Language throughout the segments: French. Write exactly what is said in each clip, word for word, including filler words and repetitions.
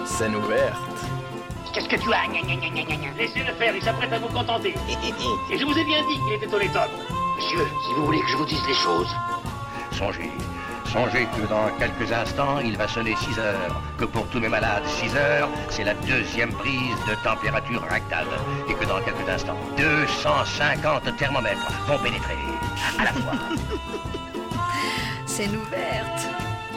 Scène ouverte. Qu'est-ce que tu as? Gna, gna, gna, gna, gna, gna. Laissez-le faire, il s'apprête à vous contenter. Et je vous ai bien dit qu'il était au laiton. Monsieur, si vous voulez que je vous dise les choses... Songez, songez que dans quelques instants, il va sonner six heures. Que pour tous mes malades, six heures, c'est la deuxième prise de température rectale. Et que dans quelques instants, deux cent cinquante thermomètres vont pénétrer à la fois. Scène ouverte.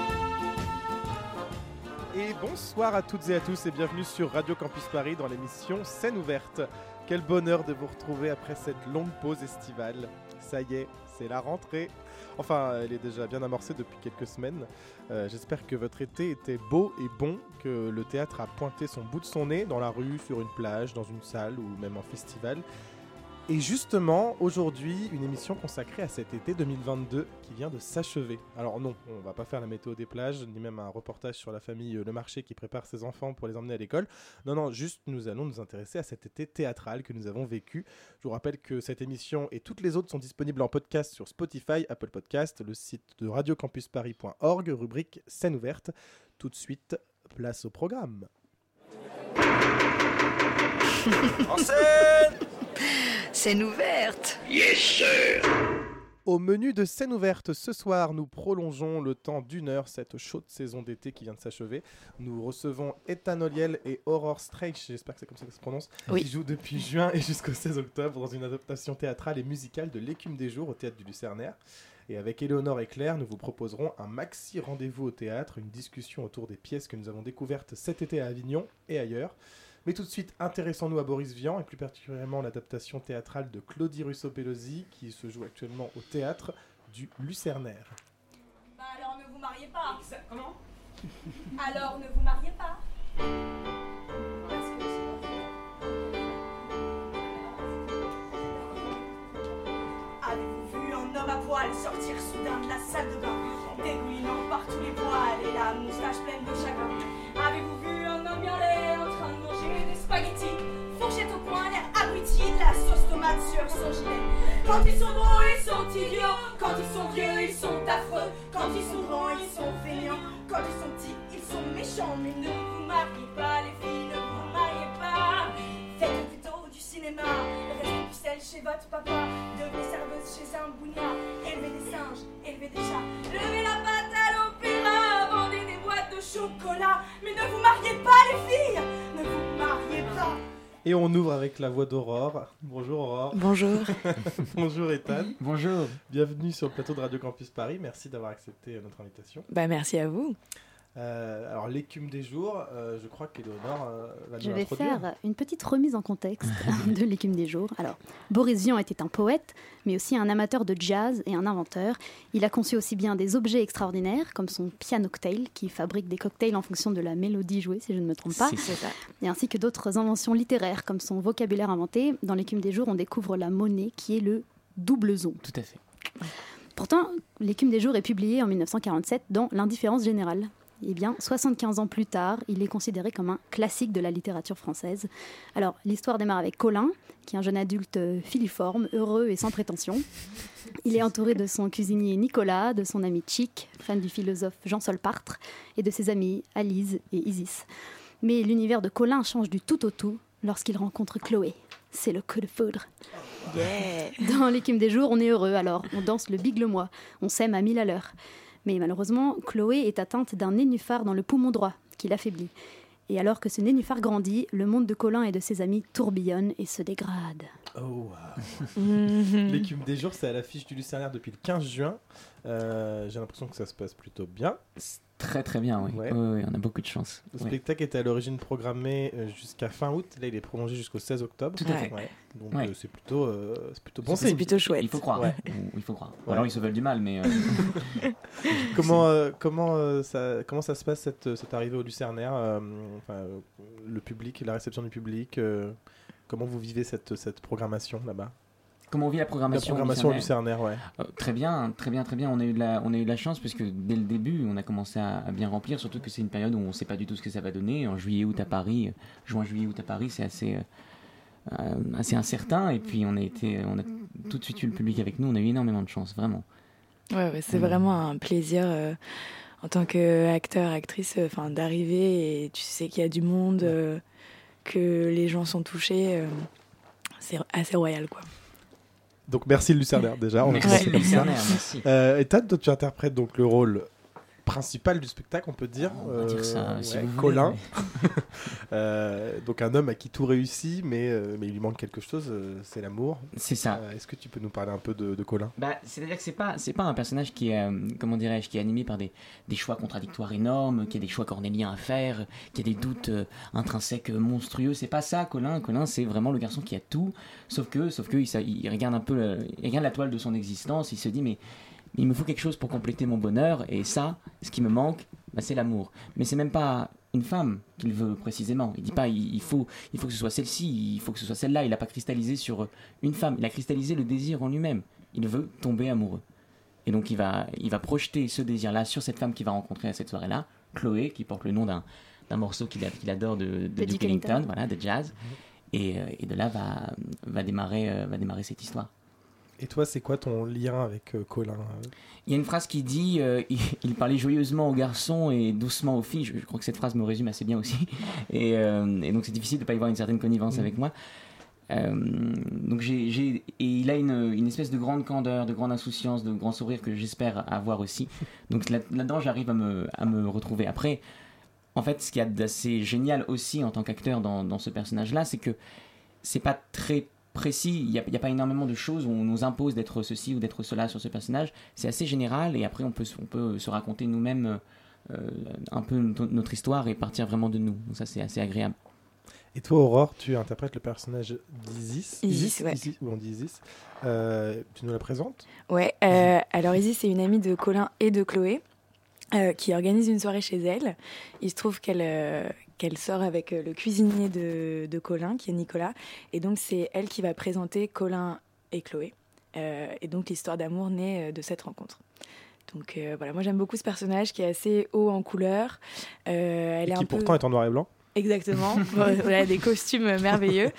Et bonsoir à toutes et à tous et bienvenue sur Radio Campus Paris dans l'émission Scène ouverte. Quel bonheur de vous retrouver après cette longue pause estivale. Ça y est, c'est la rentrée. Enfin, elle est déjà bien amorcée depuis quelques semaines. Euh, j'espère que votre été était beau et bon, que le théâtre a pointé son bout de son nez dans la rue, sur une plage, dans une salle ou même en festival. Et justement, aujourd'hui, une émission consacrée à cet été deux mille vingt-deux qui vient de s'achever. Alors non, on va pas faire la météo des plages, ni même un reportage sur la famille Le Marché qui prépare ses enfants pour les emmener à l'école. Non, non, juste nous allons nous intéresser à cet été théâtral que nous avons vécu. Je vous rappelle que cette émission et toutes les autres sont disponibles en podcast sur Spotify, Apple Podcast, le site de radio campus paris point org, rubrique Scène ouverte. Tout de suite, place au programme. En scène! Scène ouverte. Yes, sir. Au menu de Scène ouverte, ce soir, nous prolongeons le temps d'une heure cette chaude saison d'été qui vient de s'achever. Nous recevons Ethan Oliel et Aurore Streich, j'espère que c'est comme ça que ça se prononce, oui. qui jouent depuis juin et jusqu'au seize octobre dans une adaptation théâtrale et musicale de L'Écume des Jours au Théâtre du Lucernaire. Et avec Éléonore et Claire, nous vous proposerons un maxi rendez-vous au théâtre, une discussion autour des pièces que nous avons découvertes cet été à Avignon et ailleurs. Mais tout de suite, intéressons-nous à Boris Vian et plus particulièrement l'adaptation théâtrale de Claudie Russo-Pellosi qui se joue actuellement au théâtre du Lucernaire. Bah alors ne vous mariez pas. Exact. Comment? Alors ne vous mariez pas. Parce que sinon... Avez-vous vu un homme à poil sortir soudain de la salle de bain, dégoulinant par tous les poils et la moustache pleine de chagrin? Avez-vous vu un homme bien laid en train de manger des spaghettis, fourchette au coin, l'air abruti, de la sauce tomate sur son gilet? Quand ils sont beaux, ils sont idiots. Quand ils sont vieux, ils sont affreux. Quand ils sont grands, ils sont feignants. Quand ils sont petits, ils sont méchants. Mais ne vous mariez pas, les filles, ne vous mariez pas. Faites plutôt du cinéma. Restez pucelle chez votre papa. Devenez serveuse chez un bougnat. Élevez des singes, élevez des chats. Levez la patte à l'opéra. Vendez des boîtes de chocolat. Mais ne vous mariez pas, les filles. Ne vous mariez pas. Et on ouvre avec la voix d'Aurore. Bonjour Aurore. Bonjour. Bonjour Ethan. Bonjour. Bienvenue sur le plateau de Radio Campus Paris. Merci d'avoir accepté notre invitation. Bah, merci à vous. Euh, alors l'écume des jours, euh, je crois qu'Éléonore euh, va nous Je vais l'introduire. faire une petite remise en contexte de l'écume des jours. Alors, Boris Vian était un poète, mais aussi un amateur de jazz et un inventeur. Il a conçu aussi bien des objets extraordinaires, comme son piano-cocktail, qui fabrique des cocktails en fonction de la mélodie jouée, si je ne me trompe pas, C'est ça. et ainsi que d'autres inventions littéraires, comme son vocabulaire inventé. Dans l'écume des jours, on découvre la monnaie, qui est le double zon. Tout à fait. Pourtant, l'écume des jours est publiée en dix-neuf cent quarante-sept dans L'Indifférence générale. Eh bien, soixante-quinze ans plus tard, il est considéré comme un classique de la littérature française. Alors, l'histoire démarre avec Colin, qui est un jeune adulte euh, filiforme, heureux et sans prétention. Il est entouré de son cuisinier Nicolas, de son ami Chic, fan du philosophe Jean Solpartre, et de ses amis Alise et Isis. Mais l'univers de Colin change du tout au tout lorsqu'il rencontre Chloé. C'est le coup de foudre. Yeah. Dans l'écume des jours, on est heureux, alors on danse le bigle-moi, on s'aime à mille à l'heure. Mais malheureusement, Chloé est atteinte d'un nénuphar dans le poumon droit, qui l'affaiblit. Et alors que ce nénuphar grandit, le monde de Colin et de ses amis tourbillonne et se dégrade. Oh, wow. L'écume des jours, c'est à l'affiche du Lucernaire depuis le quinze juin. Euh, j'ai l'impression que ça se passe plutôt bien. Très très bien, oui. Ouais. Oui, oui, on a beaucoup de chance. Le Oui. spectacle était à l'origine programmé euh, jusqu'à fin août. Là, il est prolongé jusqu'au seize octobre. Tout à fait. Ouais. Donc Ouais. euh, c'est plutôt, euh, c'est plutôt bon C'est signe. plutôt chouette. Il faut croire. Ouais. Ou- Il faut croire. Ou Ouais. alors ils se veulent du mal, mais. euh, Comment, euh, comment, euh, ça, comment ça se passe cette, cette arrivée au Lucernaire, euh, enfin, euh, le public, la réception du public, euh, comment vous vivez cette, cette programmation là-bas? Comment on vit la La programmation, programmation au au Lucernaire Lucernaire, ouais. Euh, Très bien, très bien, très bien. On a eu de la, on a eu de la chance parce que dès le début, on a commencé à, à bien remplir. Surtout que c'est une période où on ne sait pas du tout ce que ça va donner. En juillet, août à Paris, juin, juillet, août à Paris, c'est assez, euh, assez incertain. Et puis on a été, on a tout de suite eu le public avec nous. On a eu énormément de chance, vraiment. Ouais, ouais, c'est Mmh. vraiment un plaisir. euh, en tant qu'acteur, actrice, enfin, d'arriver et tu sais qu'il y a du monde, euh, que les gens sont touchés, euh, c'est assez royal, quoi. Donc merci le Lucernaire déjà. On Merci va commencer le comme ça. Lucernaire, merci. Euh, et Tad, toi tu interprètes donc le rôle principal du spectacle, on peut dire. On va dire ça, Euh, si ouais, vous voulez, Colin. mais- Euh, donc un homme à qui tout réussit, mais, euh, mais il lui manque quelque chose, euh, c'est l'amour. C'est ça. Euh, Est-ce que tu peux nous parler un peu de, de Colin? Bah, c'est-à-dire que c'est pas, c'est pas un personnage qui est, euh, comment dirais-je, qui est animé par des, des choix contradictoires énormes, qui a des choix cornéliens à faire, qui a des doutes euh, intrinsèques euh, monstrueux. C'est pas ça, Colin. Colin, c'est vraiment le garçon qui a tout, sauf que, sauf que il, ça- il regarde un peu, le- il regarde la toile de son existence. Il se dit mais il me faut quelque chose pour compléter mon bonheur, et ça, ce qui me manque, bah, c'est l'amour. Mais c'est même pas une femme qu'il veut précisément. Il dit pas il, il faut, il faut que ce soit celle-ci, il faut que ce soit celle-là. Il n'a pas cristallisé sur une femme. Il a cristallisé le désir en lui-même. Il veut tomber amoureux. Et donc il va, il va projeter ce désir-là sur cette femme qu'il va rencontrer à cette soirée-là, Chloé, qui porte le nom d'un, d'un morceau qu'il, a- qu'il adore de, de De Duke Duke Ellington, Ellington. voilà, de jazz. Et, euh, et de là va, va, démarrer, euh, va démarrer cette histoire. Et toi, c'est quoi ton lien avec euh, Colin? Il y a une phrase qui dit euh, il, il parlait joyeusement aux garçons et doucement aux filles. Je, je crois que cette phrase me résume assez bien aussi. Et, euh, et donc c'est difficile de ne pas y voir une certaine connivence Mmh. avec moi. Euh, donc j'ai, j'ai, et il a une, une espèce de grande candeur, de grande insouciance, de grand sourire que j'espère avoir aussi. Donc là, là-dedans, j'arrive à me, à me retrouver. Après, en fait, ce qu'il y a d'assez génial aussi en tant qu'acteur dans, dans ce personnage-là, c'est que c'est pas très précis, il n'y a, il y a pas énormément de choses où on nous impose d'être ceci ou d'être cela sur ce personnage. C'est assez général, et après on peut, on peut se raconter nous-mêmes euh, un peu notre, notre histoire et partir vraiment de nous. Donc ça, c'est assez agréable. Et toi, Aurore, tu interprètes le personnage d'Isis. Isis, ouais. Isis, ou on dit Isis. Euh, tu nous la présentes? Ouais, euh, alors Isis, c'est une amie de Colin et de Chloé euh, qui organise une soirée chez elle. Il se trouve qu'elle, euh, qu'elle sort avec euh, le cuisinier de, de Colin, qui est Nicolas. Et donc, c'est elle qui va présenter Colin et Chloé. Euh, et donc, l'histoire d'amour naît euh, de cette rencontre. Donc euh, voilà, moi j'aime beaucoup ce personnage qui est assez haut en couleur. Euh, elle Et est qui un peu... pourtant est en noir et blanc. Exactement, voilà, des costumes merveilleux,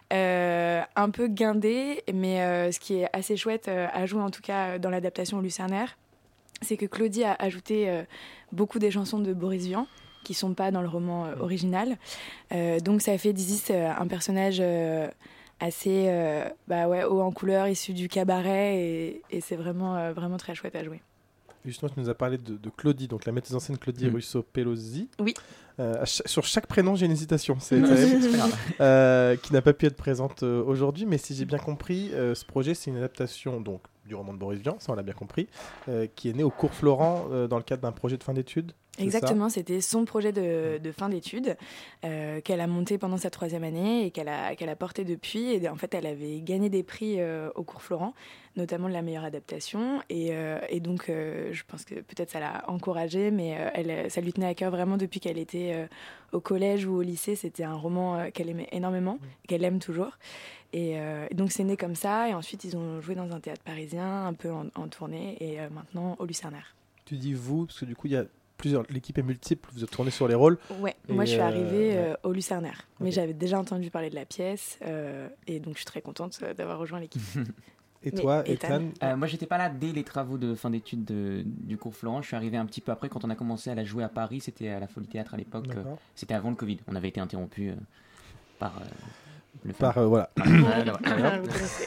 euh, un peu guindé, mais euh, ce qui est assez chouette euh, à jouer en tout cas dans l'adaptation au Lucernaire, c'est que Claudie a ajouté euh, beaucoup des chansons de Boris Vian qui sont pas dans le roman euh, original, euh, donc ça fait d'Isis euh, un personnage euh, assez euh, bah ouais, haut en couleur, issu du cabaret, et, et c'est vraiment, euh, vraiment très chouette à jouer. Justement, tu nous as parlé de, de Claudie, donc la metteuse en scène Claudie Mm. Russo-Pelosi. Oui. Euh, à cha- sur chaque prénom, j'ai une hésitation, c'est Non, terrible. c'est pas grave. Euh, qui n'a pas pu être présente euh, aujourd'hui, mais si j'ai bien compris, euh, ce projet, c'est une adaptation donc, du roman de Boris Vian, ça on l'a bien compris, euh, qui est né au cours Florent euh, dans le cadre d'un projet de fin d'études. c'est Exactement, c'était son projet de, de fin d'études euh, qu'elle a monté pendant sa troisième année et qu'elle a, qu'elle a porté depuis. Et en fait, elle avait gagné des prix euh, au cours Florent, notamment de la meilleure adaptation. Et, euh, et donc, euh, je pense que peut-être ça l'a encouragée, mais euh, elle, ça lui tenait à cœur vraiment depuis qu'elle était euh, au collège ou au lycée. C'était un roman euh, qu'elle aimait énormément, qu'elle aime toujours. Et, euh, et donc, c'est né comme ça. Et ensuite, ils ont joué dans un théâtre parisien, un peu en, en tournée, et euh, maintenant au Lucernaire. Tu dis vous, parce que du coup, il y a plusieurs, l'équipe est multiple, vous êtes tourné sur les rôles. Ouais, Et moi je suis euh, arrivée ouais. euh, au Lucernaire, mais Ok. j'avais déjà entendu parler de la pièce euh, et donc je suis très contente euh, d'avoir rejoint l'équipe. Et Mais toi, Ethan Ethan, Euh, moi, j'étais pas là dès les travaux de fin d'études de- du cours Florent. Je suis arrivé un petit peu après, quand on a commencé à la jouer à Paris. C'était à la Folie Théâtre à l'époque. euh, d'accord. C'était avant le Covid. On avait été interrompu euh, par euh, le Par, euh, voilà. Voilà, voilà. Vous connaissez.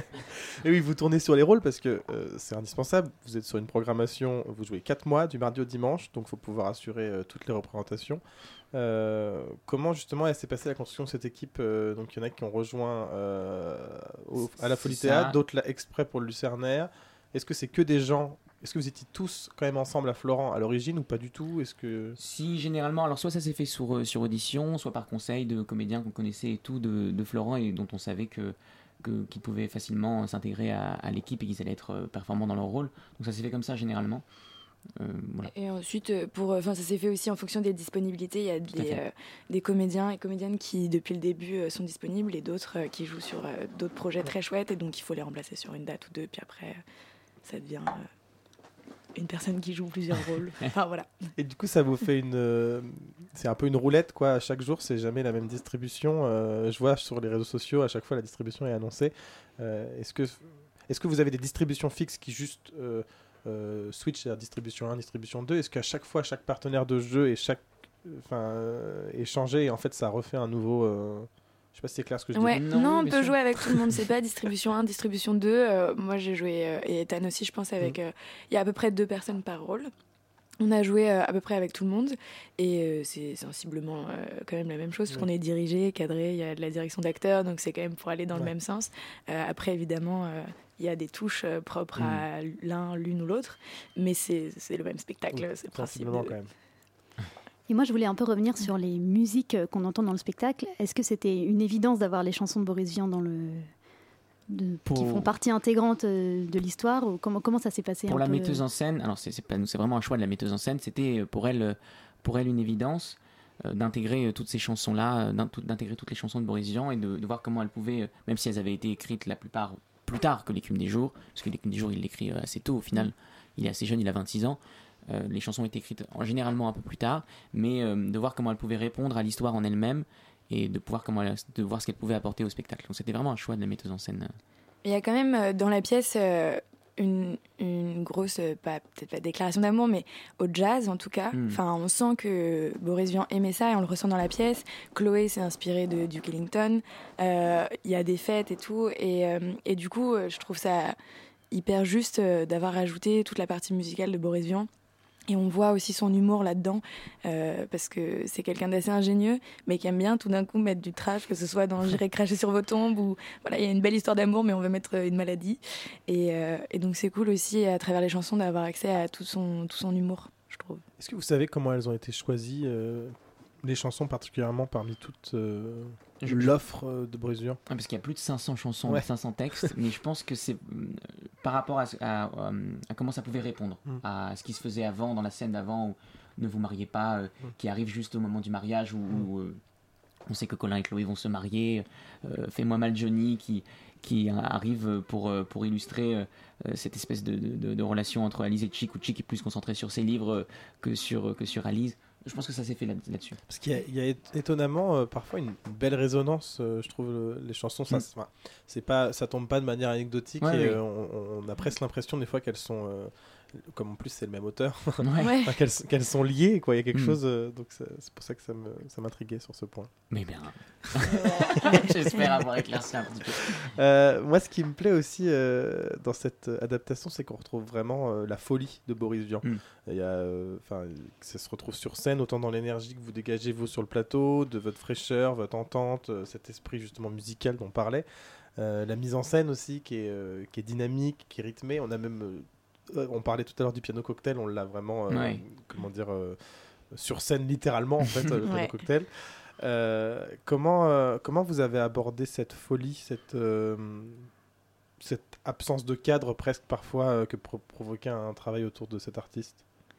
Et oui, vous tournez sur les rôles parce que euh, c'est indispensable. Vous êtes sur une programmation, vous jouez quatre mois, du mardi au dimanche, donc il faut pouvoir assurer euh, toutes les représentations. Euh, comment justement elle s'est passée la construction de cette équipe euh, Donc il y en a qui ont rejoint euh, au- à la C'est Folie ça. Théâtre, d'autres là exprès pour le Lucernaire. Est-ce que c'est que des gens Est-ce que vous étiez tous quand même ensemble à Florent à l'origine ou pas du tout Est-ce que Si, généralement, alors soit ça s'est fait sur, euh, sur audition, soit par conseil de comédiens qu'on connaissait et tout de, de Florent et dont on savait que, que, qu'ils pouvaient facilement s'intégrer à, à l'équipe et qu'ils allaient être euh, performants dans leur rôle. Donc ça s'est fait comme ça généralement. Euh, voilà. Et ensuite, euh, pour, enfin, ça s'est fait aussi en fonction des disponibilités. Il y a Tout à des, fait. euh, des comédiens et comédiennes qui, depuis le début, euh, sont disponibles et d'autres euh, qui jouent sur euh, d'autres projets très chouettes et donc il faut les remplacer sur une date ou deux, puis après, euh, ça devient euh, une personne qui joue plusieurs rôles. Enfin voilà. Et du coup, ça vous fait une. euh, c'est un peu une roulette, quoi. À chaque jour, c'est jamais la même distribution. Euh, je vois sur les réseaux sociaux, à chaque fois, la distribution est annoncée. Euh, est-ce que, est-ce que vous avez des distributions fixes qui juste euh, euh, switch, c'est-à-dire distribution un, distribution deux. Est-ce qu'à chaque fois, chaque partenaire de jeu et chaque, enfin, euh, est changé et en fait, ça refait un nouveau... Euh... Je sais pas si c'est clair ce que je ouais, dis. Non, non, on peut sûr. jouer avec tout le monde. C'est pas distribution un, distribution deux. Euh, moi, j'ai joué, euh, et Ethan aussi, je pense, avec... Il mmh. euh, y a à peu près deux personnes par rôle. On a joué euh, à peu près avec tout le monde. Et euh, c'est sensiblement euh, quand même la même chose. Parce oui. qu'on est dirigé, cadré, il y a de la direction d'acteurs. Donc, c'est quand même pour aller dans ouais. le même sens. Euh, après, évidemment... Euh, il y a des touches euh, propres mmh. à l'un, l'une ou l'autre. Mais c'est, c'est le même spectacle. Oui, c'est le principe. De... quand même. Et moi, je voulais un peu revenir sur les musiques qu'on entend dans le spectacle. Est-ce que c'était une évidence d'avoir les chansons de Boris Vian dans le... De... Pour... qui font partie intégrante de l'histoire ou comment, comment ça s'est passé Pour un la peu... metteuse en scène, alors c'est, c'est, pas, c'est vraiment un choix de la metteuse en scène, c'était pour elle, pour elle une évidence euh, d'intégrer toutes ces chansons-là, d'intégrer toutes les chansons de Boris Vian et de, de voir comment elles pouvaient, même si elles avaient été écrites la plupart plus tard que L'écume des jours, parce que L'écume des jours, il l'écrit assez tôt au final, il est assez jeune, il a vingt-six ans. Euh, les chansons ont été écrites en, généralement un peu plus tard, mais euh, de voir comment elles pouvaient répondre à l'histoire en elle-même et de, pouvoir comment elle, de voir ce qu'elles pouvaient apporter au spectacle. Donc c'était vraiment un choix de la metteuse en scène. Il y a quand même euh, dans la pièce euh, une, une grosse, euh, pas, peut-être pas déclaration d'amour, mais au jazz en tout cas. Mm. Enfin, on sent que Boris Vian aimait ça et on le ressent dans la pièce. Chloé s'est inspirée de Duke Ellington. Euh, il y a des fêtes et tout. Et, euh, et du coup, je trouve ça hyper juste euh, d'avoir ajouté toute la partie musicale de Boris Vian. Et on voit aussi son humour là-dedans, euh, parce que c'est quelqu'un d'assez ingénieux, mais qui aime bien tout d'un coup mettre du trash, que ce soit dans J'irai cracher sur vos tombes, ou voilà, il y a une belle histoire d'amour, mais on veut mettre une maladie. Et, euh, et donc c'est cool aussi, à travers les chansons, d'avoir accès à tout son, tout son humour, je trouve. Est-ce que vous savez comment elles ont été choisies, euh, les chansons particulièrement, parmi toutes euh, l'offre euh, de Boris Vian ? Ouais, parce qu'il y a plus de cinq cents chansons, ouais. cinq cents textes, mais je pense que c'est euh, par rapport à, à, à, à comment ça pouvait répondre, mm. à ce qui se faisait avant, dans la scène d'avant, où ne vous mariez pas, euh, mm. qui arrive juste au moment du mariage, où, mm. où euh, on sait que Colin et Chloé vont se marier, euh, Fais-moi mal Johnny, qui, qui arrive pour, pour illustrer euh, cette espèce de, de, de relation entre Alice et Chick, où Chick est plus concentré sur ses livres que sur, que sur Alice. Je pense que ça s'est fait là- là-dessus. Parce qu'il y a, il y a étonnamment euh, parfois une belle résonance, euh, je trouve, le, les chansons, ça, mm. c'est, c'est pas, ça tombe pas de manière anecdotique ouais, et oui. euh, on, on a presque l'impression des fois qu'elles sont, euh, comme en plus c'est le même auteur, ouais. enfin, qu'elles, qu'elles sont liées, quoi. Il y a quelque mm. chose, euh, donc c'est, c'est pour ça que ça, me, ça m'intriguait sur ce point. Mais bien, j'espère avoir éclairci un petit peu. Euh, moi, ce qui me plaît aussi euh, dans cette adaptation, c'est qu'on retrouve vraiment euh, la folie de Boris Vian. Mm. Il y a, enfin, euh, ça se retrouve sur scène, autant dans l'énergie que vous dégagez vous sur le plateau, de votre fraîcheur, votre entente, euh, cet esprit justement musical dont on parlait, euh, la mise en scène aussi qui est, euh, qui est dynamique, qui est rythmée. On a même, euh, on parlait tout à l'heure du piano cocktail, on l'a vraiment, euh, ouais. comment dire, euh, sur scène littéralement en fait, le piano ouais. cocktail. Euh, comment, euh, comment vous avez abordé cette folie, cette euh, cette absence de cadre presque parfois euh, que pro- provoquait un travail autour de cet artiste?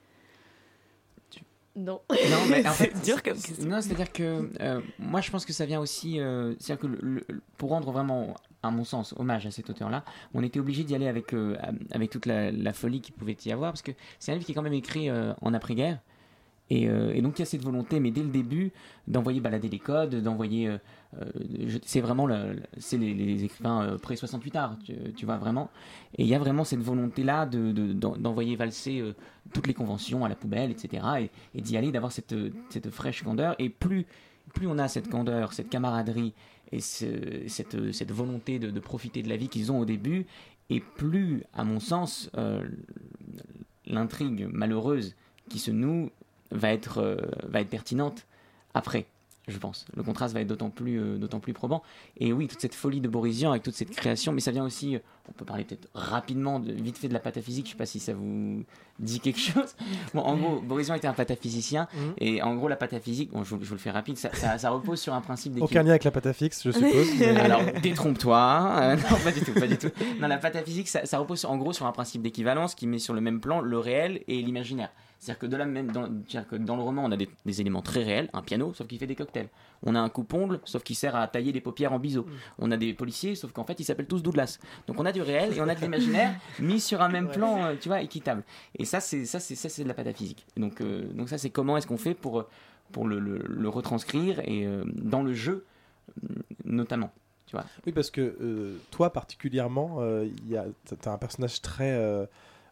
Non. Non, mais en fait, c'est dur comme question. Non, c'est-à-dire que euh, moi, je pense que ça vient aussi, euh, c'est-à-dire que le, le, pour rendre vraiment, à mon sens, hommage à cet auteur-là, on était obligé d'y aller avec euh, avec toute la, la folie qu'il pouvait y avoir, parce que c'est un livre qui est quand même écrit euh, en après-guerre. Et, euh, et donc il y a cette volonté, mais dès le début, d'envoyer balader les codes, d'envoyer, euh, euh, c'est vraiment le, c'est les, les écrivains euh, pré soixante-huit art, tu, tu vois vraiment. Et il y a vraiment cette volonté-là de, de, d'envoyer valser euh, toutes les conventions à la poubelle, et cetera. Et, et d'y aller, d'avoir cette, cette fraîche candeur. Et plus, plus on a cette candeur, cette camaraderie et ce, cette, cette volonté de, de profiter de la vie qu'ils ont au début, et plus, à mon sens, euh, l'intrigue malheureuse qui se noue va être, euh, va être pertinente après, je pense. Le contraste va être d'autant plus, euh, d'autant plus probant. Et oui, toute cette folie de Boris Vian avec toute cette création, mais ça vient aussi, euh, on peut parler peut-être rapidement, de, vite fait de la pataphysique, je ne sais pas si ça vous dit quelque chose. Bon, en gros, Boris Vian était un pataphysicien, mmh. et en gros, la pataphysique, bon, je, vous, je vous le fais rapide, ça, ça, ça repose sur un principe d'équilibre. Aucun lien avec la pataphysique, je suppose. Mais... Alors, détrompe-toi. Euh, non, pas du tout, pas du tout. Non, la pataphysique, ça, ça repose en gros sur un principe d'équivalence qui met sur le même plan le réel et l'imaginaire. C'est-à-dire que, de la même, dans, c'est-à-dire que dans le roman, on a des, des éléments très réels, un piano, sauf qu'il fait des cocktails. On a un coupe-ongle, sauf qu'il sert à tailler les paupières en biseau. On a des policiers, sauf qu'en fait, ils s'appellent tous Douglas. Donc on a du réel et on a de l'imaginaire mis sur un même plan, euh, tu vois, équitable. Et ça, c'est, ça, c'est, ça, c'est de la pataphysique. Donc, euh, donc ça, c'est comment est-ce qu'on fait pour, pour le, le, le retranscrire, et euh, dans le jeu, notamment. Tu vois. Oui, parce que euh, toi, particulièrement, euh, y a, t'as un personnage très... Euh,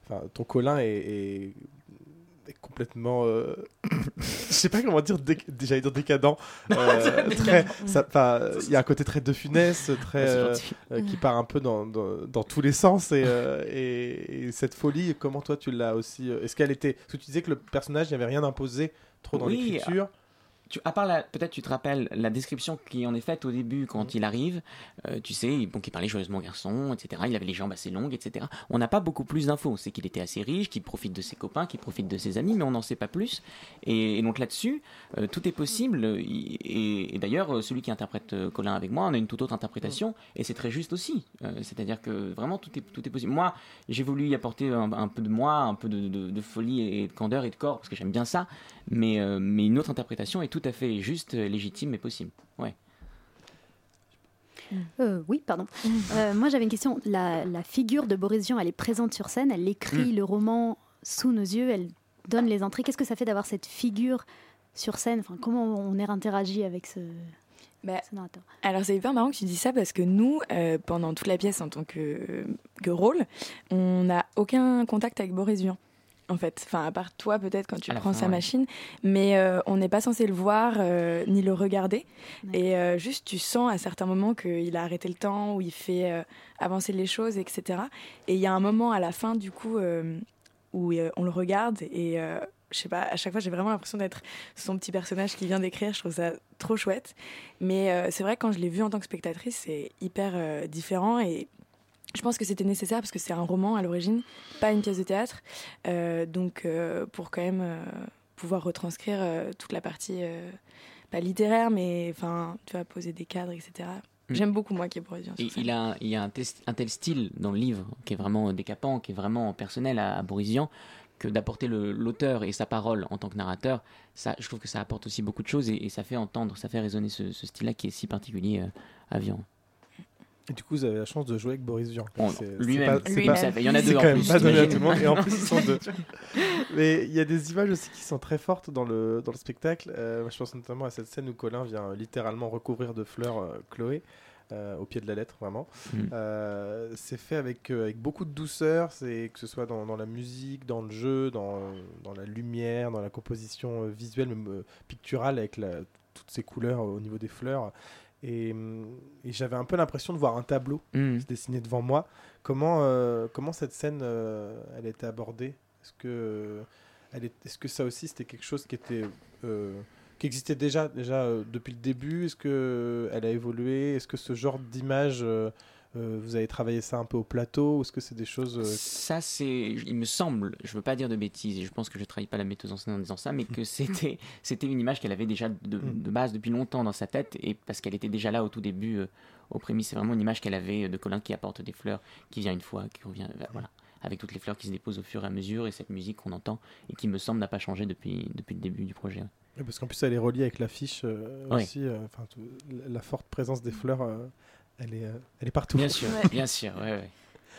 enfin, ton Colin est, est, est complètement, euh... je sais pas comment dire, dé... j'allais dire décadent. Euh, très, ça, il y a un côté très De Funès, très euh, euh, qui part un peu dans, dans, dans tous les sens et, euh, et, et cette folie. Comment toi tu l'as aussi Est-ce qu'elle était Parce que tu disais que le personnage, il n'y avait rien imposé trop dans oui, l'écriture. Tu, à part la, peut-être tu te rappelles la description qui en est faite au début quand mmh. il arrive, euh, tu sais, bon, qu'il parlait joyeusement garçon, et cetera. Il avait les jambes assez longues, et cetera. On n'a pas beaucoup plus d'infos. On sait qu'il était assez riche, qu'il profite de ses copains, qu'il profite de ses amis, mais on n'en sait pas plus. Et, et donc là-dessus, euh, tout est possible. Et, et, et d'ailleurs, celui qui interprète euh, Colin avec moi, on a une toute autre interprétation, mmh. et c'est très juste aussi. Euh, c'est-à-dire que vraiment tout est, tout est possible. Moi, j'ai voulu y apporter un, un peu de moi, un peu de, de, de folie et de candeur et de corps, parce que j'aime bien ça. Mais, euh, mais une autre interprétation est tout à fait juste, légitime et possible. Ouais. Euh, oui, pardon. Euh, moi, j'avais une question. La, la figure de Boris Vian, elle est présente sur scène, elle écrit mmh. le roman sous nos yeux, elle donne les entrées. Qu'est-ce que ça fait d'avoir cette figure sur scène ? Enfin, comment on est interagi avec ce... Bah, alors c'est hyper marrant que tu dis ça parce que nous, euh, pendant toute la pièce en tant que, que rôle, on n'a aucun contact avec Boris Vian. En fait, enfin à part toi peut-être quand tu prends fin, sa ouais. machine, mais euh, on n'est pas censé le voir euh, ni le regarder. Ouais. Et euh, juste tu sens à certains moments qu'il a arrêté le temps, où il fait euh, avancer les choses, et cetera. Et il y a un moment à la fin du coup euh, où euh, on le regarde et euh, je sais pas, à chaque fois j'ai vraiment l'impression d'être son petit personnage qu'il vient d'écrire. Je trouve ça trop chouette. Mais euh, c'est vrai que quand je l'ai vu en tant que spectatrice, c'est hyper euh, différent et je pense que c'était nécessaire parce que c'est un roman à l'origine, pas une pièce de théâtre. Euh, donc, euh, pour quand même euh, pouvoir retranscrire euh, toute la partie, euh, pas littéraire, mais tu vois, poser des cadres, et cetera. Mmh. J'aime beaucoup, moi, qui est Boris Vian. Il a, il y a un, tes- un tel style dans le livre qui est vraiment décapant, qui est vraiment personnel à, à Boris Vian, que d'apporter le, l'auteur et sa parole en tant que narrateur, ça, je trouve que ça apporte aussi beaucoup de choses et, et ça fait entendre, ça fait résonner ce, ce style-là qui est si particulier euh, à Vian. Et du coup, vous avez la chance de jouer avec Boris Vian. On, c'est, lui-même, c'est pas, lui-même. c'est pas, il y en a deux c'est en quand plus. Même pas donné à tout le monde, et en plus, ils sont deux. Mais il y a des images aussi qui sont très fortes dans le, dans le spectacle. Euh, je pense notamment à cette scène où Colin vient littéralement recouvrir de fleurs euh, Chloé. Euh, au pied de la lettre, vraiment. Mmh. Euh, c'est fait avec, euh, avec beaucoup de douceur, c'est, que ce soit dans, dans la musique, dans le jeu, dans, dans la lumière, dans la composition euh, visuelle, même euh, picturale, avec la, toutes ces couleurs euh, au niveau des fleurs. Et, et j'avais un peu l'impression de voir un tableau mmh. se dessiner devant moi. Comment, euh, comment cette scène euh, elle a été abordée ? Est-ce que, euh, elle est, est-ce que ça aussi, c'était quelque chose qui était... Euh, qui existait déjà, déjà euh, depuis le début. Est-ce qu'elle euh, a évolué ? Est-ce que ce genre d'image, euh, euh, vous avez travaillé ça un peu au plateau ? Ou est-ce que c'est des choses... Euh... Ça, c'est... Il me semble, je ne veux pas dire de bêtises, et je pense que je ne trahis pas la metteuse en scène en disant ça, mais que c'était, c'était une image qu'elle avait déjà de, de base depuis longtemps dans sa tête, et parce qu'elle était déjà là au tout début, euh, aux prémices. C'est vraiment une image qu'elle avait de Colin qui apporte des fleurs, qui vient une fois, qui revient... Voilà. Avec toutes les fleurs qui se déposent au fur et à mesure, et cette musique qu'on entend, et qui me semble n'a pas changé depuis, depuis le début du projet. Oui, parce qu'en plus, elle est reliée avec l'affiche euh, oui. aussi. Euh, tout, la forte présence des fleurs, euh, elle, est, euh, elle est partout. Bien sûr, ouais. bien sûr. Ouais, ouais.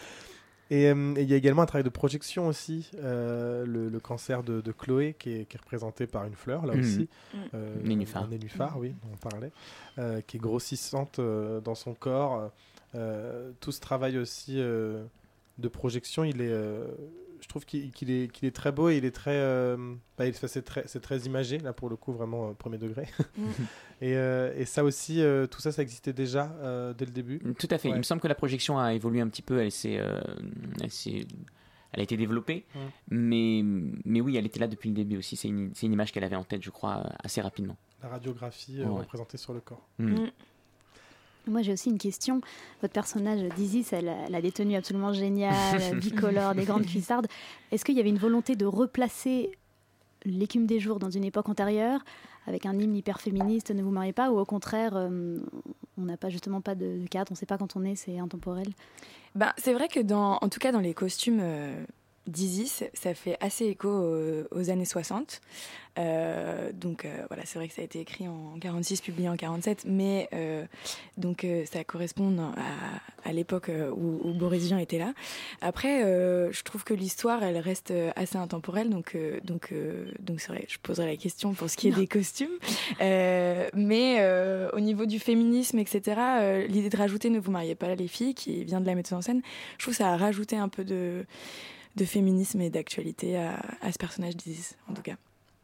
Et il euh, y a également un travail de projection aussi. Euh, le, le cancer de, de Chloé, qui est, qui est représenté par une fleur, là mmh. aussi. Euh, Nénuphar. Un nénuphar, mmh. oui, dont on parlait. Euh, qui est grossissante euh, dans son corps. Euh, tout ce travail aussi euh, de projection, il est... Euh, je trouve qu'il, qu'il, est, qu'il est très beau et il est très, euh, bah, il, c'est, très c'est très imagé, là pour le coup, vraiment euh, premier degré. Mm. et, euh, et ça aussi, euh, tout ça, ça existait déjà euh, dès le début. Tout à fait. Ouais. Il me semble que la projection a évolué un petit peu, elle, s'est, euh, elle, s'est, elle a été développée, mm. mais, mais oui, elle était là depuis le début aussi. C'est une, c'est une image qu'elle avait en tête, je crois, assez rapidement. La radiographie euh, ouais. représentée sur le corps. Mm. Mm. Moi, j'ai aussi une question. Votre personnage, d'Isis, elle, elle a des tenues absolument géniales, bicolores, des grandes cuissardes. Est-ce qu'il y avait une volonté de replacer l'écume des jours dans une époque antérieure, avec un hymne hyper féministe, ne vous mariez pas, ou au contraire, euh, on n'a pas justement pas de, de cadre, on ne sait pas quand on est, c'est intemporel ? Ben, c'est vrai que, dans, en tout cas, dans les costumes euh, d'Isis, ça fait assez écho aux, aux années soixante. Euh, donc euh, voilà, c'est vrai que ça a été écrit en quarante-six, publié en quarante-sept, mais euh, donc euh, ça correspond à, à l'époque où, où Boris Vian était là. Après, euh, je trouve que l'histoire, elle reste assez intemporelle, donc euh, donc euh, donc c'est vrai, je poserai la question pour ce qui est non. des costumes. Euh, mais euh, au niveau du féminisme, et cetera, euh, l'idée de rajouter "Ne vous mariez pas là, les filles", qui vient de la metteuse en scène, je trouve que ça a rajouté un peu de de féminisme et d'actualité à, à ce personnage d'Isis, en tout cas.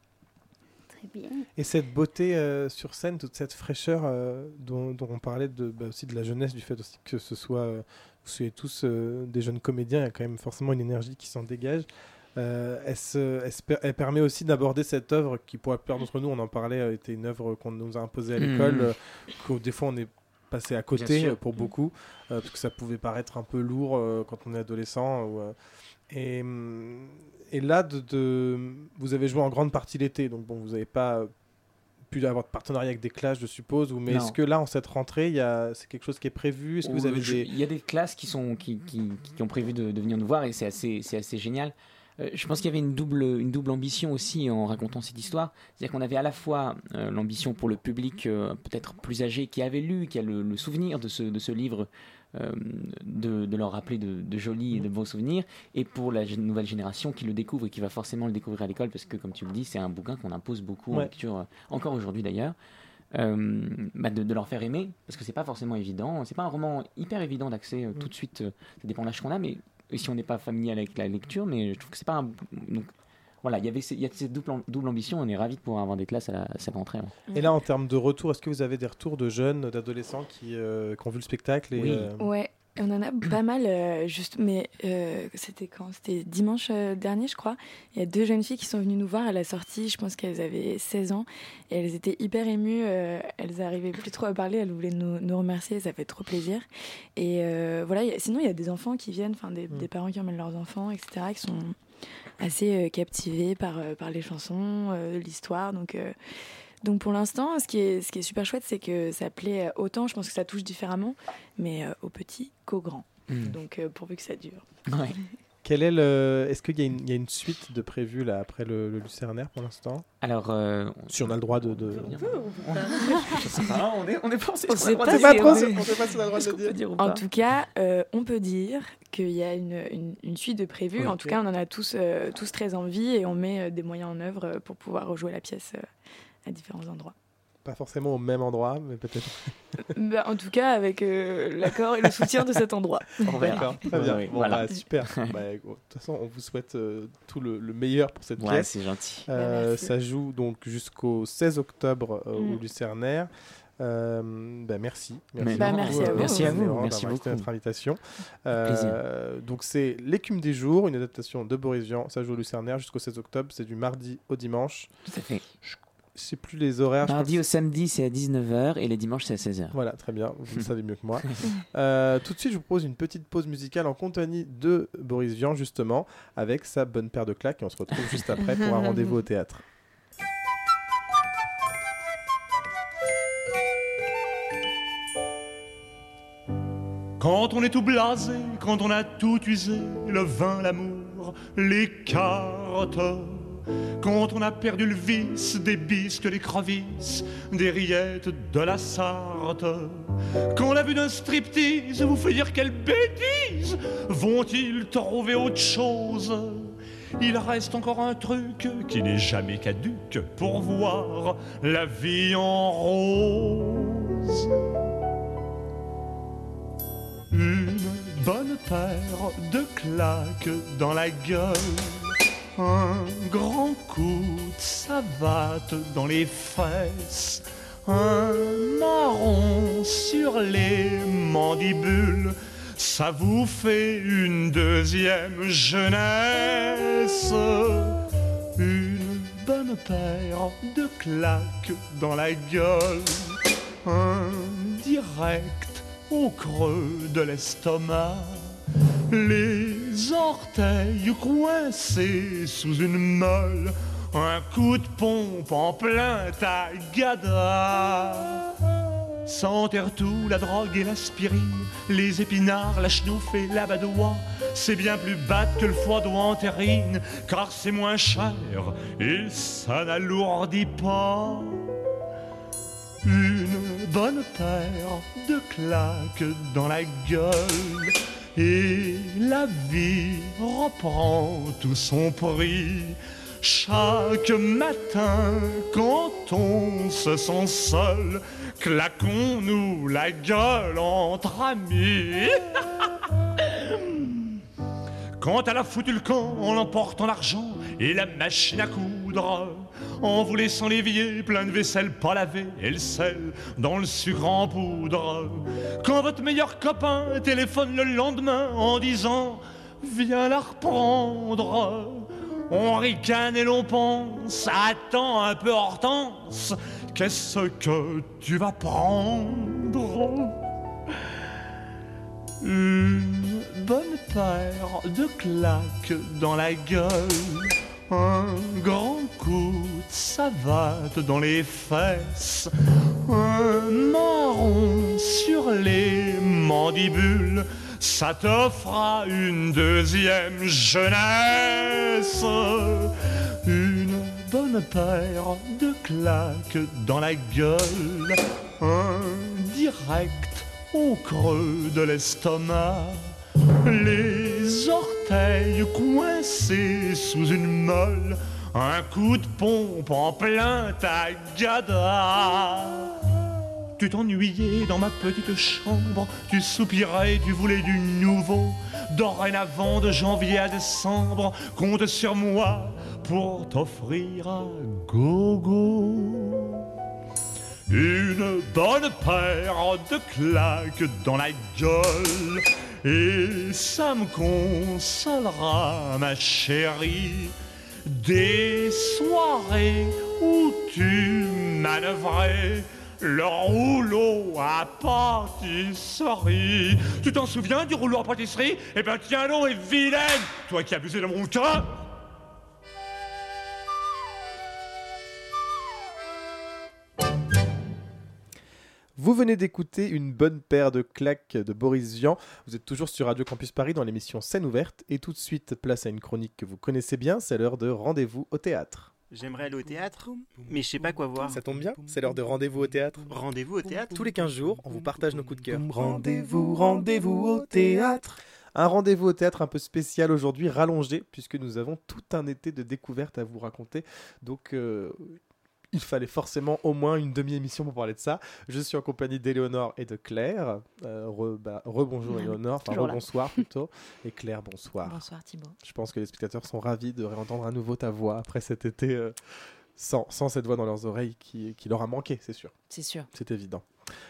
Très bien. Et cette beauté euh, sur scène, toute cette fraîcheur euh, dont, dont on parlait de, bah, aussi de la jeunesse, du fait aussi que ce soit, euh, vous soyez tous euh, des jeunes comédiens, il y a quand même forcément une énergie qui s'en dégage. Euh, elle, se, elle, se, elle permet aussi d'aborder cette œuvre qui, pour la plupart d'entre nous, on en parlait, euh, était une œuvre qu'on nous a imposée à l'école, mmh. euh, que des fois on est passé à côté euh, pour beaucoup, euh, parce que ça pouvait paraître un peu lourd euh, quand on est adolescent. Ou, euh, et, et là, de, de, vous avez joué en grande partie l'été, donc bon, vous n'avez pas pu avoir de partenariat avec des classes, je suppose, ou, mais non. Est-ce que là, en cette rentrée, y a, c'est quelque chose qui est prévu? Est-ce que vous avez des... Il y a des classes qui, sont, qui, qui, qui ont prévu de, de venir nous voir, et c'est assez, c'est assez génial. Euh, je pense qu'il y avait une double, une double ambition aussi en racontant cette histoire. C'est-à-dire qu'on avait à la fois euh, l'ambition pour le public euh, peut-être plus âgé qui avait lu, qui a le, le souvenir de ce, de ce livre, euh, de, de leur rappeler de, de jolis et de beaux souvenirs, et pour la g- nouvelle génération qui le découvre et qui va forcément le découvrir à l'école, parce que comme tu le dis, c'est un bouquin qu'on impose beaucoup ouais. en lecture, euh, encore aujourd'hui d'ailleurs. Euh, bah de, de leur faire aimer, parce que c'est pas forcément évident, c'est pas un roman hyper évident d'accès euh, tout de suite, euh, ça dépend de l'âge qu'on a, mais si on n'est pas familier avec la lecture, mais je trouve que c'est pas un... Donc, voilà, il y avait il y a cette double, double ambition, on est ravis de pouvoir avoir des classes à, la, à cette rentrée. Ouais. Et là, en termes de retour, est-ce que vous avez des retours de jeunes, d'adolescents qui, euh, qui ont vu le spectacle et, Oui. euh... Ouais, on en a pas mal, euh, juste, mais euh, c'était quand? C'était dimanche euh, dernier, je crois. Il y a deux jeunes filles qui sont venues nous voir à la sortie, je pense qu'elles avaient seize ans, et elles étaient hyper émues, euh, elles n'arrivaient plus trop à parler, elles voulaient nous, nous remercier, ça fait trop plaisir. Et euh, voilà, y a, sinon il y a des enfants qui viennent, enfin des, mmh. des parents qui emmènent leurs enfants, et cetera, qui sont assez euh, captivés par, euh, par les chansons, euh, l'histoire, donc... Euh, Donc pour l'instant, ce qui est, ce qui est super chouette, c'est que ça plaît autant, je pense que ça touche différemment, mais euh, aux petits qu'aux grands. Mmh. Donc euh, pourvu que ça dure. Ouais. Quel est le... Est-ce qu'il y a, une, il y a une suite de prévue là, après le, le Lucernaire pour l'instant? Alors, euh, si on a le droit de... de... Je sais pas, on est, on est pensé. On sait pas, pas si trop, on est... on sait pas si on a le droit de le dire. En tout cas, euh, on peut dire qu'il y a une, une, une suite de prévues. Okay. En tout cas, on en a tous, euh, tous très envie et on met euh, des moyens en œuvre pour pouvoir rejouer la pièce euh, à différents endroits. Pas forcément au même endroit, mais peut-être. bah, en tout cas, avec euh, l'accord et le soutien de cet endroit. D'accord, très bien. Oui, bon, voilà. bah, super. bah, de toute façon, on vous souhaite euh, tout le, le meilleur pour cette ouais, pièce. C'est gentil. Euh, ça joue donc jusqu'au seize octobre euh, mm. au Lucernaire. Euh, bah, merci. Merci, bah, beaucoup, merci à vous. Merci à vous. Merci, merci beaucoup. C'était notre invitation. Euh, donc c'est L'écume des jours, une adaptation de Boris Vian. Ça joue au Lucernaire jusqu'au seize octobre. C'est du mardi au dimanche. Tout à fait. Je Je sais plus les horaires. Mardi au samedi, c'est à dix-neuf heures et les dimanches, c'est à seize heures. Voilà, très bien. Vous le savez mieux que moi. euh, tout de suite, je vous propose une petite pause musicale en compagnie de Boris Vian, justement, avec sa bonne paire de claques. Et on se retrouve juste après pour un rendez-vous au théâtre. Quand on est tout blasé, quand on a tout usé, le vin, l'amour, les cartes, quand on a perdu le vice des bisques, les crevisses, des rillettes de la Sarthe, quand la vue d'un striptease vous fait dire quelle bêtise, vont-ils trouver autre chose? Il reste encore un truc qui n'est jamais caduque pour voir la vie en rose. Une bonne paire de claques dans la gueule, un grand coup de savate dans les fesses, un marron sur les mandibules, ça vous fait une deuxième jeunesse. Une bonne paire de claques dans la gueule, un direct au creux de l'estomac, les orteils coincés sous une meule, un coup de pompe en plein tagada. S'enterre tout, la drogue et l'aspirine, les épinards, la chenouf et la badoie. C'est bien plus bad que le foie d'eau en terrine, car c'est moins cher et ça n'alourdit pas. Une bonne paire de claques dans la gueule et la vie reprend tout son prix. Chaque matin, quand on se sent seul, claquons-nous la gueule entre amis. Quand elle a foutu le camp en emportant l'argent et la machine à coudre, en vous laissant l'évier plein de vaisselle pas lavée et le sel dans le sucre en poudre. Quand votre meilleur copain téléphone le lendemain en disant « Viens la reprendre », on ricane et l'on pense « Attends un peu Hortense, qu'est-ce que tu vas prendre ?» Une bonne paire de claques dans la gueule, un grand coup de savate dans les fesses, un marron sur les mandibules, ça te fera une deuxième jeunesse. Une bonne paire de claques dans la gueule, un direct au creux de l'estomac, les orteils coincés sous une molle, un coup de pompe en plein tagada. Tu t'ennuyais dans ma petite chambre, tu soupirais, tu voulais du nouveau. Dorénavant, de janvier à décembre, compte sur moi pour t'offrir un gogo. Une bonne paire de claques dans la gueule, et ça me consolera, ma chérie, des soirées où tu manœuvrais le rouleau à pâtisserie. Tu t'en souviens du rouleau à pâtisserie? Eh ben tiens donc, et vilaine, toi qui abusais de mon cœur. Vous venez d'écouter une bonne paire de claques de Boris Vian. Vous êtes toujours sur Radio Campus Paris dans l'émission Scène ouverte. Et tout de suite, place à une chronique que vous connaissez bien, c'est l'heure de Rendez-vous au théâtre. J'aimerais aller au théâtre, mais je sais pas quoi voir. Ça tombe bien, c'est l'heure de Rendez-vous au théâtre. Rendez-vous au théâtre? Tous les quinze jours, on vous partage nos coups de cœur. Rendez-vous, rendez-vous au théâtre. Un rendez-vous au théâtre un peu spécial aujourd'hui, rallongé, puisque nous avons tout un été de découverte à vous raconter. Donc... Euh... il fallait forcément au moins une demi-émission pour parler de ça. Je suis en compagnie d'Éléonore et de Claire. Euh, re, bah, rebonjour Éléonore, enfin rebonsoir plutôt. Et Claire, bonsoir. Bonsoir Thibaut. Je pense que les spectateurs sont ravis de réentendre à nouveau ta voix après cet été euh, sans, sans cette voix dans leurs oreilles qui, qui leur a manqué, c'est sûr. C'est sûr. C'est évident.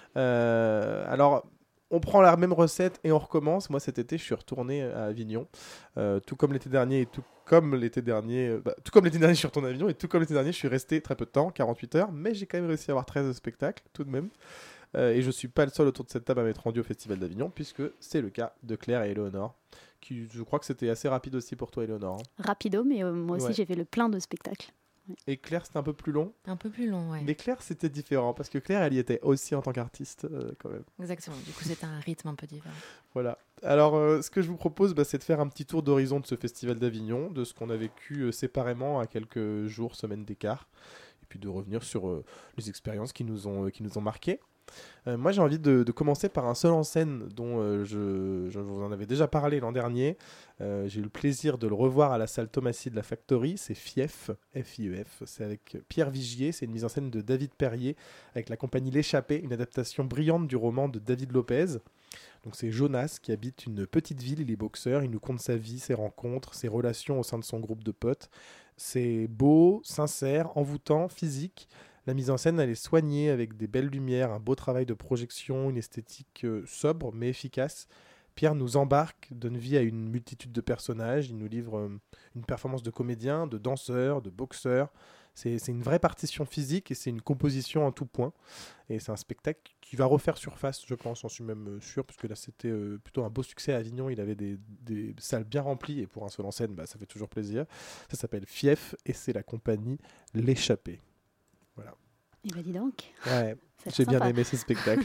Euh, alors... on prend la même recette et on recommence. Moi, cet été, je suis retourné à Avignon. Euh, tout comme l'été dernier et tout comme l'été dernier... Euh, bah, tout comme l'été dernier, je suis retourné à Avignon. Et tout comme l'été dernier, je suis resté très peu de temps, quarante-huit heures. Mais j'ai quand même réussi à avoir treize spectacles, tout de même. Euh, et je ne suis pas le seul autour de cette table à m'être rendu au Festival d'Avignon, puisque c'est le cas de Claire et Éléonore. Qui, je crois que c'était assez rapide aussi pour toi, Éléonore. Hein. Rapido, mais euh, moi aussi, ouais. j'ai fait le plein de spectacles. Et Claire, c'était un peu plus long. Un peu plus long, ouais. Mais Claire, c'était différent, parce que Claire, elle y était aussi en tant qu'artiste, euh, quand même. Exactement, du coup, c'était un rythme un peu différent. Voilà. Alors, euh, ce que je vous propose, bah, c'est de faire un petit tour d'horizon de ce Festival d'Avignon, de ce qu'on a vécu euh, séparément à quelques jours, semaines d'écart, et puis de revenir sur euh, les expériences qui nous ont, euh, qui nous ont marqués. Euh, moi, j'ai envie de, de commencer par un seul en scène dont euh, je, je vous en avais déjà parlé l'an dernier. Euh, j'ai eu le plaisir de le revoir à la salle Thomasy de la Factory. C'est Fief, F I E F. C'est avec Pierre Vigier. C'est une mise en scène de David Perrier avec la compagnie L'Échappée, une adaptation brillante du roman de David Lopez. Donc c'est Jonas qui habite une petite ville, il est boxeur, il nous conte sa vie, ses rencontres, ses relations au sein de son groupe de potes. C'est beau, sincère, envoûtant, physique. La mise en scène, elle est soignée avec des belles lumières, un beau travail de projection, une esthétique euh, sobre mais efficace. Pierre nous embarque, donne vie à une multitude de personnages. Il nous livre euh, une performance de comédien, de danseur, de boxeur. C'est, c'est une vraie partition physique et c'est une composition en tout point. Et c'est un spectacle qui va refaire surface, je pense, j'en suis même sûr, parce que là, c'était euh, plutôt un beau succès à Avignon. Il avait des, des salles bien remplies et pour un seul en scène, bah, ça fait toujours plaisir. Ça s'appelle Fief et c'est la compagnie L'Échappée. Voilà. Et bah dis donc. Ouais, j'ai sympa. Bien aimé ce spectacle.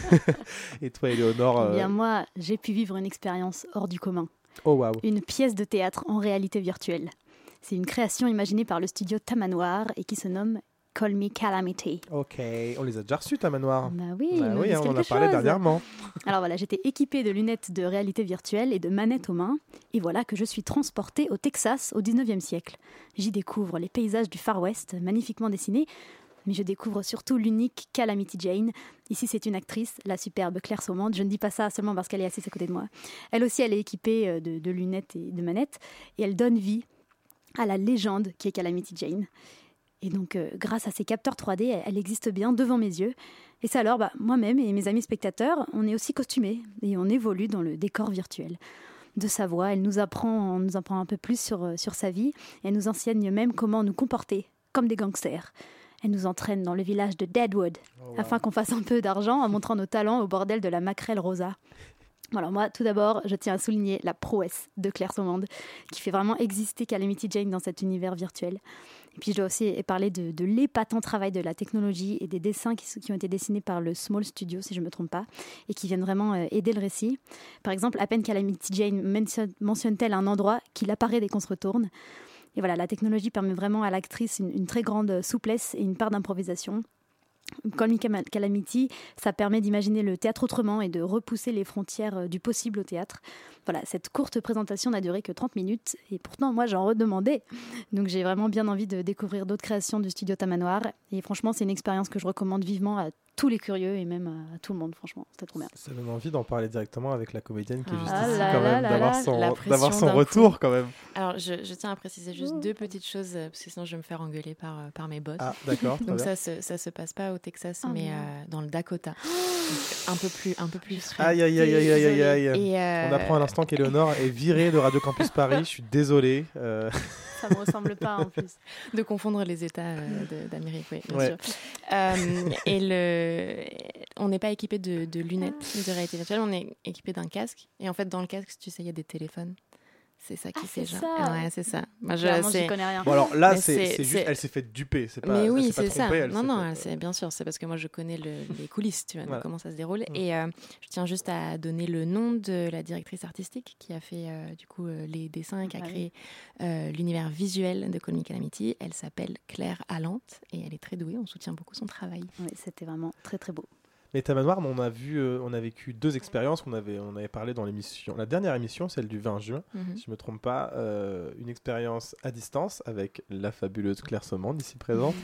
Et toi, Éléonore euh... Eh bien, moi, j'ai pu vivre une expérience hors du commun. Oh, waouh. Une pièce de théâtre en réalité virtuelle. C'est une création imaginée par le studio Tamanoir et qui se nomme Call Me Calamity. Ok, on les a déjà reçus, Tamanoir. Bah oui, bah oui hein, on en a chose. parlé dernièrement. Alors voilà, j'étais équipée de lunettes de réalité virtuelle et de manettes aux mains. Et voilà que je suis transportée au Texas au dix-neuvième siècle. J'y découvre les paysages du Far West, magnifiquement dessinés, Mais je découvre surtout l'unique Calamity Jane. Ici, c'est une actrice, la superbe Claire Saumande. Je ne dis pas ça seulement parce qu'elle est assise à côté de moi. Elle aussi, elle est équipée de, de lunettes et de manettes. Et elle donne vie à la légende qui est Calamity Jane. Et donc, euh, grâce à ces capteurs trois D, elle, elle existe bien devant mes yeux. Et ça alors, bah, moi-même et mes amis spectateurs, on est aussi costumés et on évolue dans le décor virtuel. De sa voix, elle nous apprend, on nous apprend un peu plus sur, sur sa vie. Et elle nous enseigne même comment nous comporter comme des gangsters. Elle nous entraîne dans le village de Deadwood, oh wow. afin qu'on fasse un peu d'argent en montrant nos talents au bordel de la Maquerelle Rosa. Alors moi, tout d'abord, je tiens à souligner la prouesse de Claire Saumande, qui fait vraiment exister Calamity Jane dans cet univers virtuel. Et puis je dois aussi parler de, de l'épatant travail de la technologie et des dessins qui, qui ont été dessinés par le Small Studio, si je ne me trompe pas, et qui viennent vraiment euh, aider le récit. Par exemple, à peine Calamity Jane mentionne, mentionne-t-elle un endroit qu'il apparaît dès qu'on se retourne. Et voilà, la technologie permet vraiment à l'actrice une, une très grande souplesse et une part d'improvisation. Call Me Calamity, ça permet d'imaginer le théâtre autrement et de repousser les frontières du possible au théâtre. Voilà, cette courte présentation n'a duré que trente minutes et pourtant moi j'en redemandais. Donc j'ai vraiment bien envie de découvrir d'autres créations du studio Tamanoir et franchement c'est une expérience que je recommande vivement à tous les curieux et même à tout le monde, franchement, c'était trop bien. Ça donne envie d'en parler directement avec la comédienne qui est juste ah ici là quand là même, là d'avoir là, son, la d'avoir son d'un retour coup. quand même. Alors je, je tiens à préciser juste deux petites choses parce que sinon je vais me faire engueuler par, par mes boss. Ah d'accord. Donc ça se, ça se passe pas au Texas oh mais euh, dans le Dakota. Donc, un peu plus, un peu plus frais. Aïe aïe aïe aïe aïe aïe aïe. Et euh... On apprend à l'instant qu'Éléonore est virée de Radio Campus Paris. Je suis désolé. Euh... Ça me ressemble pas en plus. De confondre les États euh, de, d'Amérique, oui, bien ouais. sûr. Euh, et le, on n'est pas équipé de, de lunettes de réalité virtuelle, on est équipé d'un casque. Et en fait, dans le casque, tu sais, il y a des téléphones. C'est ça qui ah, fait c'est genre. ça. Ouais, c'est ça. Moi, je Clairement, c'est... j'y connais rien. Bon, alors là, c'est, c'est, c'est, c'est juste, c'est... elle s'est fait duper. C'est pas, mais oui, elle s'est c'est pas ça. trompée, elle non, non, fait... elle, c'est, bien sûr, c'est parce que moi, je connais le, les coulisses, tu vois, voilà. de comment ça se déroule. Mmh. Et euh, je tiens juste à donner le nom de la directrice artistique qui a fait, euh, du coup, euh, les dessins et qui a ah, créé euh, l'univers visuel de Call Me Calamity. Elle s'appelle Claire Allante et elle est très douée. On soutient beaucoup son travail. Oui, c'était vraiment très, très beau. Mais Tamanoir, on a vu, euh, on a vécu deux expériences. On avait, on avait parlé dans l'émission, la dernière émission, celle du vingt juin, mm-hmm. si je me trompe pas, euh, une expérience à distance avec la fabuleuse Claire Saumande ici présente.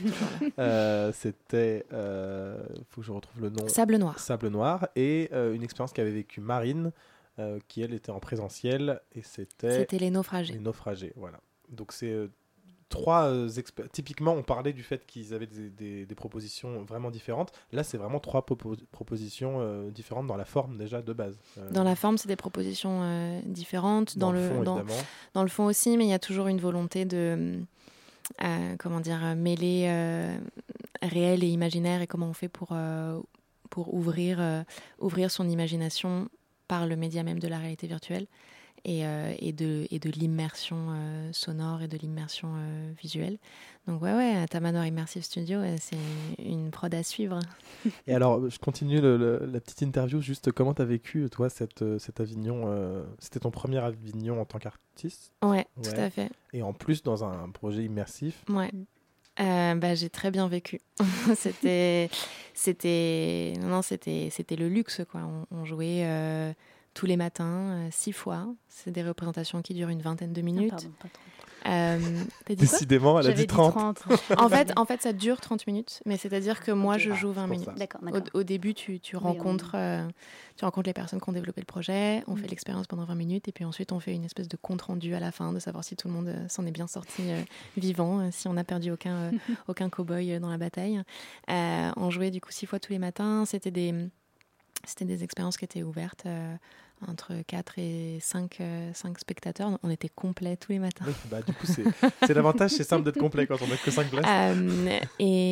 euh, c'était, il euh, faut que je retrouve le nom. Sable Noir. Sable Noir et euh, une expérience qu'avait vécue Marine, euh, qui elle était en présentiel et c'était. C'était les naufragés. Les naufragés, voilà. Donc c'est euh, trois euh, exper- typiquement on parlait du fait qu'ils avaient des, des, des propositions vraiment différentes. Là c'est vraiment trois popo- propositions euh, différentes dans la forme déjà de base. Euh, dans la forme c'est des propositions euh, différentes dans, dans le fond, dans, dans le fond aussi, mais il y a toujours une volonté de euh, comment dire mêler euh, réel et imaginaire et comment on fait pour euh, pour ouvrir euh, ouvrir son imagination par le média même de la réalité virtuelle. Et, euh, et, de, et de l'immersion euh, sonore et de l'immersion euh, visuelle. Donc ouais, ouais, Tamanoir Immersive Studio, euh, c'est une prod à suivre. Et alors, je continue le, le, la petite interview, juste comment tu as vécu, toi, cette, cet Avignon euh, c'était ton premier Avignon en tant qu'artiste ? Ouais, ouais, tout à fait. Et en plus, dans un projet immersif ? Ouais. Euh, bah, j'ai très bien vécu. c'était, c'était, non, c'était, c'était le luxe, quoi. On, on jouait... Euh, tous les matins, euh, six fois. C'est des représentations qui durent une vingtaine de minutes. Ah, pardon, pas trop. Euh, t'as dit Décidément, quoi elle a dit trente. dit trente. en, fait, en fait, ça dure trente minutes, mais c'est-à-dire que moi, okay. je joue ah, vingt minutes. D'accord, d'accord. Au, au début, tu, tu, rencontres, oui, euh, tu rencontres les personnes qui ont développé le projet, on mmh. fait l'expérience pendant vingt minutes, et puis ensuite, on fait une espèce de compte-rendu à la fin, de savoir si tout le monde euh, s'en est bien sorti euh, vivant, euh, si on n'a perdu aucun, euh, aucun cow-boy euh, dans la bataille. Euh, on jouait du coup six fois tous les matins. C'était des, c'était des expériences qui étaient ouvertes euh, entre quatre et cinq, euh, cinq spectateurs. On était complets tous les matins. Oui, bah, du coup, c'est, c'est l'avantage, c'est simple d'être complet quand on n'a que cinq places. Euh,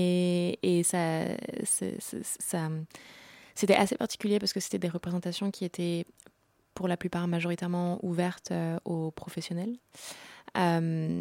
et, et ça, c'est, c'est, ça, c'était assez particulier parce que c'était des représentations qui étaient pour la plupart majoritairement ouvertes euh, aux professionnels. Euh,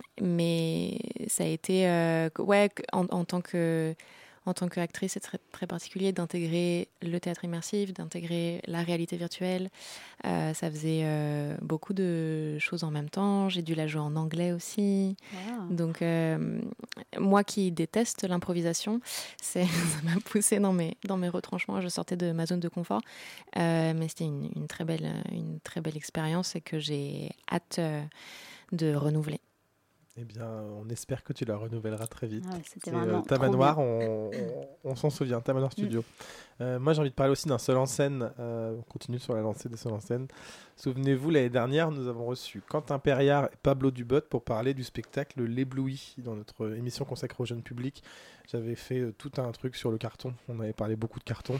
mais ça a été, euh, ouais, en, en tant que... En tant qu'actrice, c'est très, très particulier d'intégrer le théâtre immersif, d'intégrer la réalité virtuelle. Euh, ça faisait euh, beaucoup de choses en même temps. J'ai dû la jouer en anglais aussi. Wow. Donc, euh, moi qui déteste l'improvisation, c'est, ça m'a poussée dans mes, dans mes retranchements. Je sortais de ma zone de confort. Euh, mais c'était une, une, très belle, une très belle expérience et que j'ai hâte euh, de renouveler. Eh bien, on espère que tu la renouvelleras très vite. Ouais, c'était C'est, vraiment euh, Tamanoir, trop on, on, on s'en souvient, Tamanoir Studio. Mm. Euh, moi, j'ai envie de parler aussi d'un seul en scène. Euh, on continue sur la lancée des seuls en scène. Souvenez-vous, l'année dernière, nous avons reçu Quentin Perriard et Pablo Dubot pour parler du spectacle L'Ébloui dans notre émission consacrée au jeune public. J'avais fait euh, tout un truc sur le carton. On avait parlé beaucoup de carton.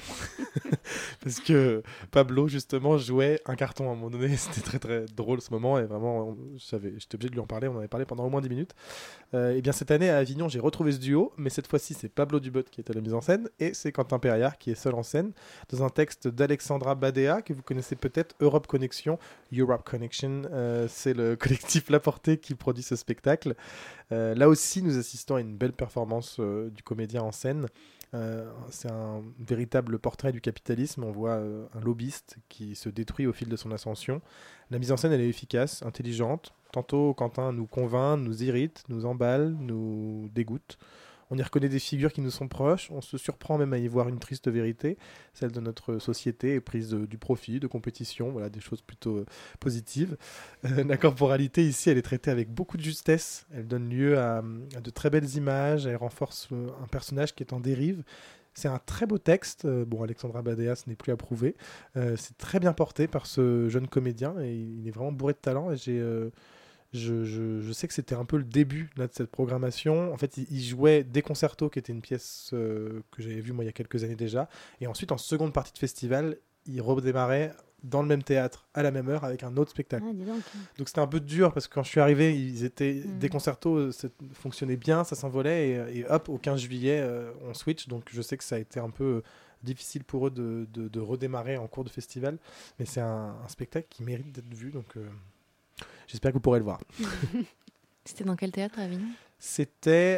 Parce que Pablo, justement, jouait un carton à un moment donné. C'était très très drôle ce moment. Et vraiment, j'avais, j'étais obligé de lui en parler. On en avait parlé pendant au moins dix minutes. Euh, et bien cette année à Avignon, j'ai retrouvé ce duo. Mais cette fois-ci, c'est Pablo Dubot qui est à la mise en scène. Et c'est Quentin Perriard qui est seul en scène. Dans un texte d'Alexandra Badea, que vous connaissez peut-être, Europe Connection. Europe Connection, euh, c'est le collectif La Portée qui produit ce spectacle. Euh, là aussi, nous assistons à une belle performance euh, du comédien en scène. Euh, c'est un véritable portrait du capitalisme. On voit euh, un lobbyiste qui se détruit au fil de son ascension. La mise en scène, elle est efficace, intelligente. Tantôt, Quentin nous convainc, nous irrite, nous emballe, nous dégoûte. On y reconnaît des figures qui nous sont proches. On se surprend même à y voir une triste vérité, celle de notre société prise de, du profit, de compétition, voilà, des choses plutôt euh, positives. Euh, la corporalité, ici, elle est traitée avec beaucoup de justesse. Elle donne lieu à, à de très belles images. Elle renforce euh, un personnage qui est en dérive. C'est un très beau texte. Euh, bon, Alexandra Badea, ce n'est plus à prouver. Euh, c'est très bien porté par ce jeune comédien et il est vraiment bourré de talent. Et j'ai... Euh, Je, je, je sais que c'était un peu le début là, de cette programmation. En fait, il, il jouait Des Concertos, qui était une pièce euh, que j'avais vue moi il y a quelques années déjà. Et ensuite, en seconde partie de festival, il redémarrait dans le même théâtre, à la même heure, avec un autre spectacle. Ah, dis donc. Donc c'était un peu dur, parce que quand je suis arrivé, ils étaient, Mm. Des Concertos ça fonctionnait bien, ça s'envolait, et, et hop, au quinze juillet, euh, on switch. Donc je sais que ça a été un peu difficile pour eux de, de, de redémarrer en cours de festival. Mais c'est un, un spectacle qui mérite d'être vu, donc... Euh, j'espère que vous pourrez le voir. C'était dans quel théâtre à Avignon ? C'était...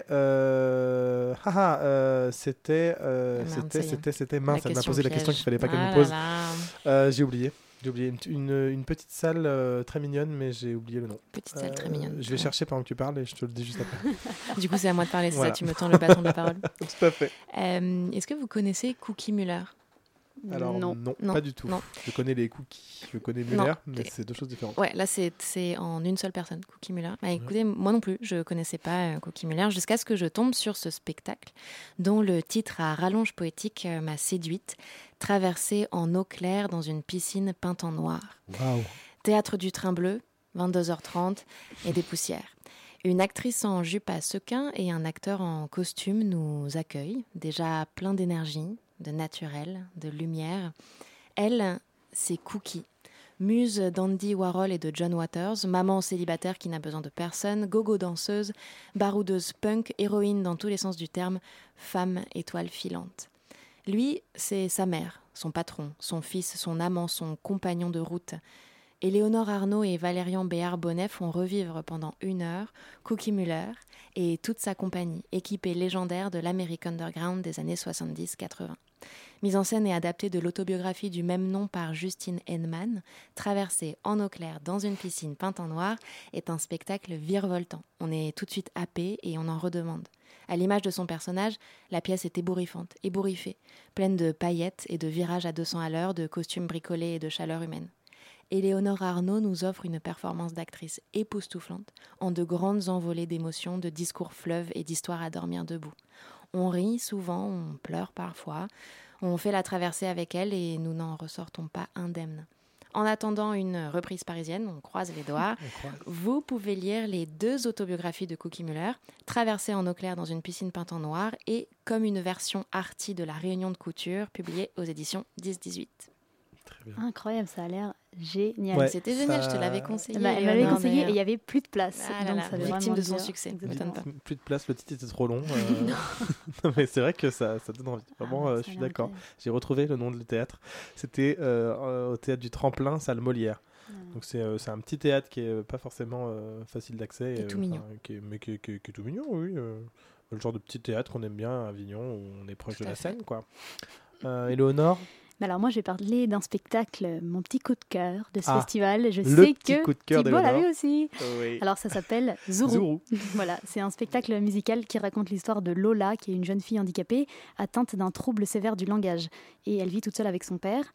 Euh... Haha, euh, c'était... Euh... Ah merde, c'était, ça y est. c'était, c'était... Mince, La elle m'a question posé la piège. question qu'il fallait pas qu'elle Ah me pose. là là. Euh, j'ai oublié. J'ai oublié une, une, une petite salle euh, très mignonne, mais j'ai oublié le nom. Petite salle très mignonne. Je vais chercher pendant que tu parles et je te le dis juste après. Du coup, c'est à moi de parler, c'est Voilà. ça, tu me tends le bâton de la parole. Tout à fait. Euh, est-ce que vous connaissez Cookie Muller ? Alors non, Non. pas du tout. Non. Je connais les cookies, je connais Non. Muller, mais c'est deux choses différentes. Ouais, là c'est, c'est en une seule personne, Cookie Muller. Bah, écoutez, moi non plus, je connaissais pas euh, Cookie Muller jusqu'à ce que je tombe sur ce spectacle dont le titre à rallonge poétique euh, m'a séduite. Traversée en eau claire dans une piscine peinte en noir. Waouh. Théâtre du Train Bleu, vingt-deux heures trente et des poussières. Une actrice en jupe à sequins et un acteur en costume nous accueillent, déjà plein d'énergie, de naturel, de lumière. Elle, c'est Cookie, muse d'Andy Warhol et de John Waters, maman célibataire qui n'a besoin de personne, gogo danseuse, baroudeuse punk, héroïne dans tous les sens du terme, femme étoile filante. Lui, c'est sa mère, son patron, son fils, son amant, son compagnon de route. Éléonore Arnaud et Valérian Béard-Bonnet font revivre pendant une heure Cookie Muller et toute sa compagnie, équipée légendaire de l'American Underground des années soixante-dix quatre-vingts. Mise en scène et adaptée de l'autobiographie du même nom par Justine Henneman, Traversée en eau claire dans une piscine peinte en noir est un spectacle virevoltant. On est tout de suite happé et on en redemande. À l'image de son personnage, la pièce est ébouriffante, ébouriffée, pleine de paillettes et de virages à deux cents à l'heure, de costumes bricolés et de chaleur humaine. Éléonore Arnaud nous offre une performance d'actrice époustouflante, en de grandes envolées d'émotions, de discours fleuves et d'histoires à dormir debout. On rit souvent, on pleure parfois, on fait la traversée avec elle et nous n'en ressortons pas indemnes. En attendant une reprise parisienne, on croise les doigts, vous pouvez lire les deux autobiographies de Cookie Muller, Traversée en eau claire dans une piscine peinte en noir et Comme une version arty de la réunion de couture, publiée aux éditions dix dix-huit. Incroyable, ça a l'air génial. Ouais, c'était génial, ça... je te l'avais conseillé. Bah, elle m'avait conseillé et il n'y avait plus de place. Ah donc là là, ça victime de son succès, ne m'étonne pas. Plus de place, le titre était trop long. Euh... non, mais c'est vrai que ça, ça donne envie. Vraiment, ah, euh, je suis d'accord. Bien. J'ai retrouvé le nom du théâtre. C'était euh, au théâtre du Tremplin, salle Molière. Ah. Donc c'est, euh, c'est un petit théâtre qui est pas forcément euh, facile d'accès. Qui est euh, tout mignon. Qui est, mais qui est, qui, est, qui est tout mignon, oui. Euh, le genre de petit théâtre qu'on aime bien à Avignon, où on est proche tout de la scène, quoi. Euh, Éléonore. Alors moi, je vais parler d'un spectacle, mon petit coup de cœur de ce ah, festival. Je le sais petit que coup de cœur Thibaut l'a vu aussi. Oui. Alors ça s'appelle Zourou. Zourou. Voilà, c'est un spectacle musical qui raconte l'histoire de Lola, qui est une jeune fille handicapée atteinte d'un trouble sévère du langage. Et elle vit toute seule avec son père.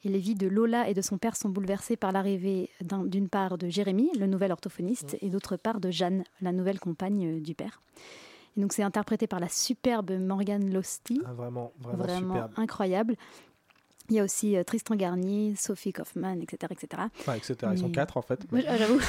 Et les vies de Lola et de son père sont bouleversées par l'arrivée d'un, d'une part de Jérémy, le nouvel orthophoniste, et d'autre part de Jeanne, la nouvelle compagne du père. Et donc c'est interprété par la superbe Morgane Losty. Ah, vraiment, vraiment, vraiment superbe. incroyable. Il y a aussi euh, Tristan Garnier, Sophie Kaufmann, et cetera, et cetera. Enfin, et cetera. Ils sont Mais- quatre en fait. Oui, ah, j'avoue.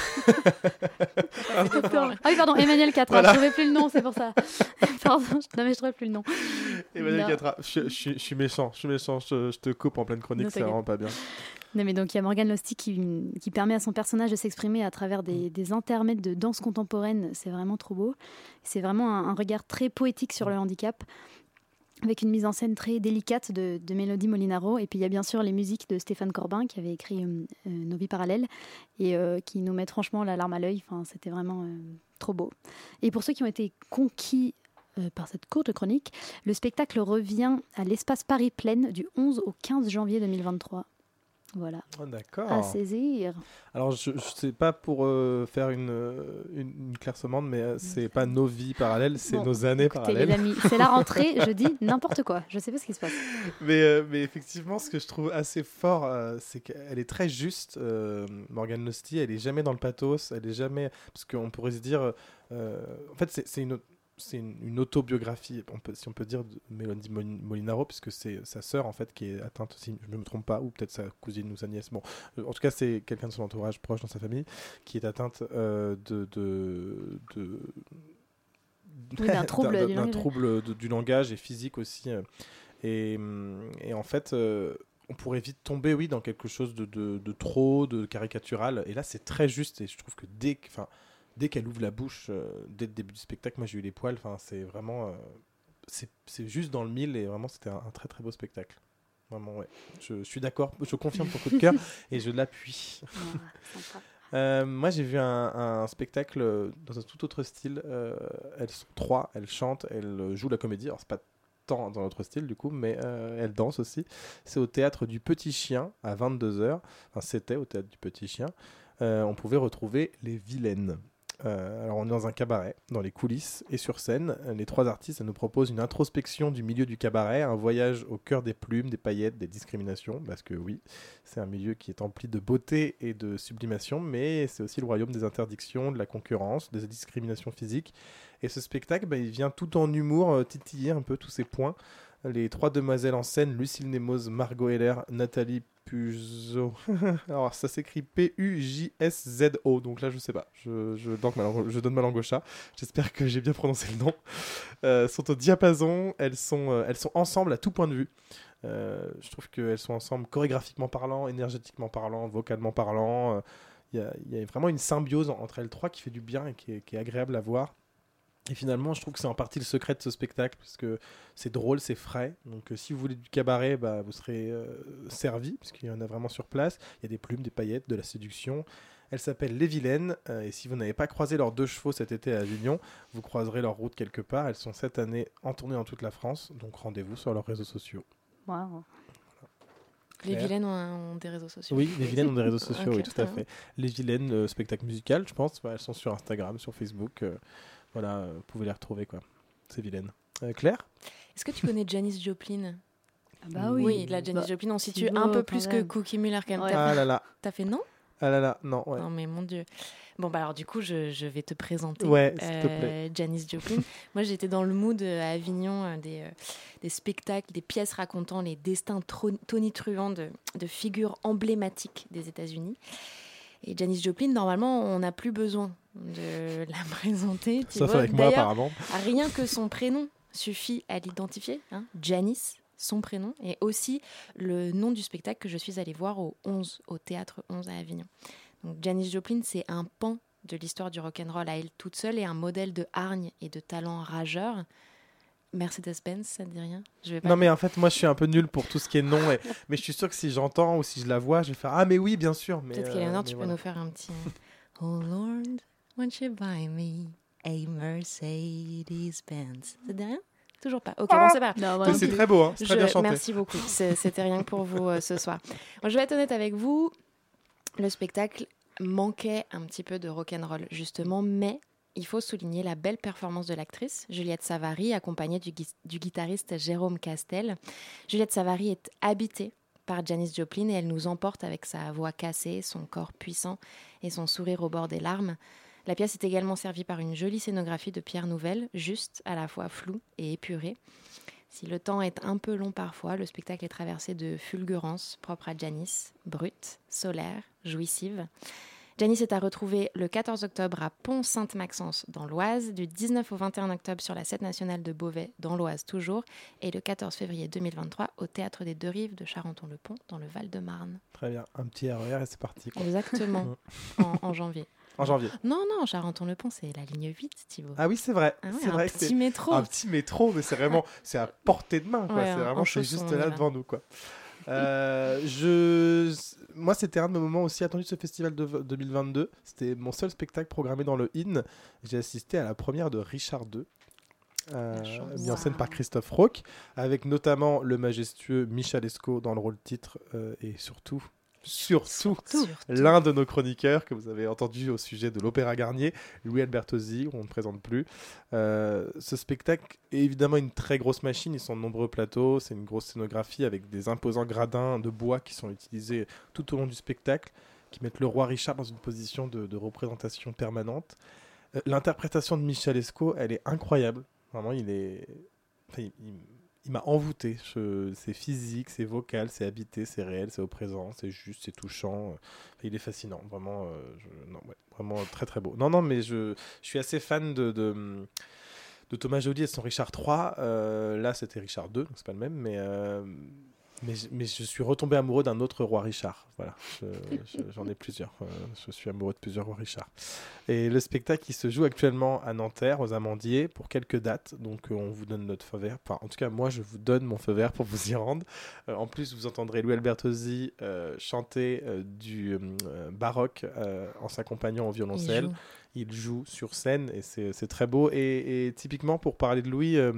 ah oui, pardon, Emmanuel Catra. Voilà. Je ne trouvais plus le nom, c'est pour ça. pardon, je... non mais je ne trouvais plus le nom. Emmanuel Non. Catra, je, je, je suis méchant, je suis méchant, je, je te coupe en pleine chronique, Non, c'est t'inquiète. vraiment pas bien. Non, mais donc il y a Morgane Losty qui, qui permet à son personnage de s'exprimer à travers des, des intermèdes de danse contemporaine. C'est vraiment trop beau. C'est vraiment un, un regard très poétique sur le handicap, avec une mise en scène très délicate de, de Mélodie Molinaro. Et puis il y a bien sûr les musiques de Stéphane Corbin qui avait écrit euh, euh, Nos vies parallèles et euh, qui nous mettent franchement la larme à l'œil. Enfin, c'était vraiment euh, trop beau. Et pour ceux qui ont été conquis euh, par cette courte chronique, le spectacle revient à l'Espace Paris Plaine du onze au quinze janvier deux mille vingt-trois. Voilà. Oh, d'accord. À saisir. Alors, je ne sais pas pour euh, faire une, euh, une, une clairsemande, mais euh, c'est pas nos vies parallèles, c'est Bon, nos années écoutez, parallèles. les amis, c'est la rentrée, je dis n'importe quoi. Je sais pas ce qui se passe. mais, euh, mais effectivement, ce que je trouve assez fort, euh, c'est qu'elle est très juste. Euh, Morgane Losty, elle est jamais dans le pathos, elle est jamais. Parce qu'on pourrait se dire. Euh, en fait, c'est, c'est une. C'est une, une autobiographie, on peut, si on peut dire, de Mélodie Molinaro, puisque c'est sa sœur, en fait, qui est atteinte, si je ne me trompe pas, ou peut-être sa cousine ou sa nièce. Bon, en tout cas, c'est quelqu'un de son entourage proche dans sa famille qui est atteinte euh, de... de, de... Oui, d'un trouble, d'un, du, d'un langage. trouble de, du langage et physique aussi. Euh, et, et en fait... Euh, on pourrait vite tomber, oui, dans quelque chose de, de, de trop, de caricatural. Et là, c'est très juste. Et je trouve que dès que... Dès qu'elle ouvre la bouche, euh, dès le début du spectacle, moi j'ai eu les poils. Enfin, c'est vraiment, euh, c'est, c'est juste dans le mille et vraiment c'était un, un très très beau spectacle. Vraiment, ouais. Je, je suis d'accord, je confirme ton coup de cœur et je l'appuie. euh, moi j'ai vu un, un spectacle dans un tout autre style. Euh, elles sont trois, elles chantent, elles jouent la comédie. Alors c'est pas tant dans notre style du coup, mais euh, elles dansent aussi. C'est au théâtre du Petit Chien à vingt-deux heures. Enfin, c'était au théâtre du Petit Chien. Euh, on pouvait retrouver les Vilaines. Euh, alors on est dans un cabaret, dans les coulisses et sur scène. Les trois artistes nous proposent une introspection du milieu du cabaret, un voyage au cœur des plumes, des paillettes, des discriminations, parce que oui, c'est un milieu qui est empli de beauté et de sublimation, mais c'est aussi le royaume des interdictions, de la concurrence, des discriminations physiques. Et ce spectacle, bah, il vient tout en humour euh, titiller un peu tous ces points. Les trois demoiselles en scène, Lucille Nemoz, Margot Heller, Nathalie Pujzo. Alors ça s'écrit P U J S Z O, donc là je sais pas, je, je, donc, ma langue, je donne ma langue au chat, j'espère que j'ai bien prononcé le nom. Euh, sont au diapason, elles sont, euh, elles sont ensemble à tout point de vue. Euh, je trouve qu'elles sont ensemble chorégraphiquement parlant, énergétiquement parlant, vocalement parlant. Il euh, y, y a vraiment une symbiose entre elles trois qui fait du bien et qui est, qui est agréable à voir. Et finalement, je trouve que c'est en partie le secret de ce spectacle, parce que c'est drôle, c'est frais. Donc, euh, si vous voulez du cabaret, bah, vous serez euh, servi, parce qu'il y en a vraiment sur place. Il y a des plumes, des paillettes, de la séduction. Elles s'appellent Les Vilaines, euh, et si vous n'avez pas croisé leurs deux chevaux cet été à Avignon, vous croiserez leur route quelque part. Elles sont cette année en tournée dans toute la France, donc rendez-vous sur leurs réseaux sociaux. Wow. Les Vilaines ont, ont des réseaux sociaux. Oui, les Vilaines ont des réseaux sociaux, okay, oui, tout à fait. Les Vilaines, euh, spectacle musical, je pense. Bah, elles sont sur Instagram, sur Facebook. Euh, Voilà, euh, vous pouvez les retrouver, quoi. C'est vilaine. Euh, Claire ? Est-ce que tu connais Janis Joplin ? Ah bah oui. Oui, la Janis bah, Joplin, on situe beau, un peu plus même. que Cookie Muller quand même. Ouais. T'as Ah fait... là là. T'as fait non ? Ah là là, non, ouais. Non mais mon Dieu. Bon bah alors du coup, je, je vais te présenter ouais, s'il te euh, plaît. Janis Joplin. Moi j'étais dans le mood à Avignon euh, des, euh, des spectacles, des pièces racontant les destins tro- tonitruants de, de figures emblématiques des États-Unis. Et Janis Joplin, normalement, on n'a plus besoin de la présenter. Sauf vois. avec moi, apparemment. Rien que son prénom suffit à l'identifier. Hein. Janis, son prénom, et aussi le nom du spectacle que je suis allée voir au onze, au Théâtre onze à Avignon. Donc, Janis Joplin, c'est un pan de l'histoire du rock'n'roll à elle toute seule et un modèle de hargne et de talent rageur. Mercedes-Benz, ça ne dit rien ? Je vais pas Non, dire. mais en fait, moi, je suis un peu nul pour tout ce qui est nom. Et... mais je suis sûr que si j'entends ou si je la vois, je vais faire « Ah, mais oui, bien sûr !» Peut-être euh, qu'Eleanor, tu voilà. peux nous faire un petit... Oh Lord, won't you buy me a Mercedes-Benz ? Ça te dit rien ? Toujours pas. Ok, Ah bon, c'est pas Non, C'est, c'est très beau, hein, c'est très Je... bien chanté. Merci beaucoup. C'est, c'était rien que pour vous euh, ce soir. Bon, je vais être honnête avec vous. Le spectacle manquait un petit peu de rock'n'roll, justement, mais il faut souligner la belle performance de l'actrice, Juliette Savary, accompagnée du, gui- du guitariste Jérôme Castel. Juliette Savary est habitée par Janis Joplin et elle nous emporte avec sa voix cassée, son corps puissant et son sourire au bord des larmes. La pièce est également servie par une jolie scénographie de pierre nouvelle, juste, à la fois floue et épurée. Si le temps est un peu long parfois, le spectacle est traversé de fulgurances propres à Janis, brute, solaire, jouissive. Janis est à retrouver le quatorze octobre à Pont-Sainte-Maxence dans l'Oise, du dix-neuf au vingt et un octobre sur la scène nationale de Beauvais dans l'Oise toujours, et le quatorze février deux mille vingt-trois au Théâtre des Deux Rives de Charenton-le-Pont dans le Val-de-Marne. Très bien, un petit R E R et c'est parti. Quoi. Exactement, en, en janvier. En janvier. Non, non, Charenton-le-Pont, c'est la ligne huit, Thibaut. Ah oui, c'est vrai. Ah ouais, c'est un vrai petit c'est métro. Un petit métro, mais c'est vraiment, c'est à portée de main. Quoi. Ouais, c'est en, vraiment, en c'est chausson, juste là là devant nous, quoi. Euh, je... Moi, c'était un de mes moments aussi attendus de ce festival de deux mille vingt-deux. C'était mon seul spectacle programmé dans le I N. J'ai assisté à la première de Richard deux, euh, mis en scène par Christophe Roch, avec notamment le majestueux Michel Escaut dans le rôle titre euh, et surtout... Surtout, surtout, l'un de nos chroniqueurs que vous avez entendu au sujet de l'Opéra Garnier, Louis Albertosi, on ne présente plus. Euh, ce spectacle est évidemment une très grosse machine, ils sont de nombreux plateaux, c'est une grosse scénographie avec des imposants gradins de bois qui sont utilisés tout au long du spectacle, qui mettent le roi Richard dans une position de, de représentation permanente. Euh, l'interprétation de Michel Escaut, elle est incroyable, vraiment, il est... Enfin, il, il... Il m'a envoûté, je... c'est physique, c'est vocal, c'est habité, c'est réel, c'est au présent, c'est juste, c'est touchant. Enfin, il est fascinant, vraiment, euh, je... non, ouais, vraiment très très beau. Non, non, mais je, je suis assez fan de, de, de Thomas Joly et son Richard trois. Euh, là, c'était Richard deux, donc c'est pas le même, mais, euh... mais, mais je suis retombé amoureux d'un autre roi Richard. Voilà, je, je, j'en ai plusieurs. Euh, je suis amoureux de plusieurs rois Richard. Et le spectacle, il se joue actuellement à Nanterre, aux Amandiers, pour quelques dates. Donc, euh, on vous donne notre feu vert. Enfin, en tout cas, moi, je vous donne mon feu vert pour vous y rendre. Euh, en plus, vous entendrez Louis Albertosi euh, chanter euh, du euh, baroque euh, en s'accompagnant au violoncelle. Il joue, il joue sur scène et c'est, c'est très beau. Et, et typiquement, pour parler de Louis... Euh,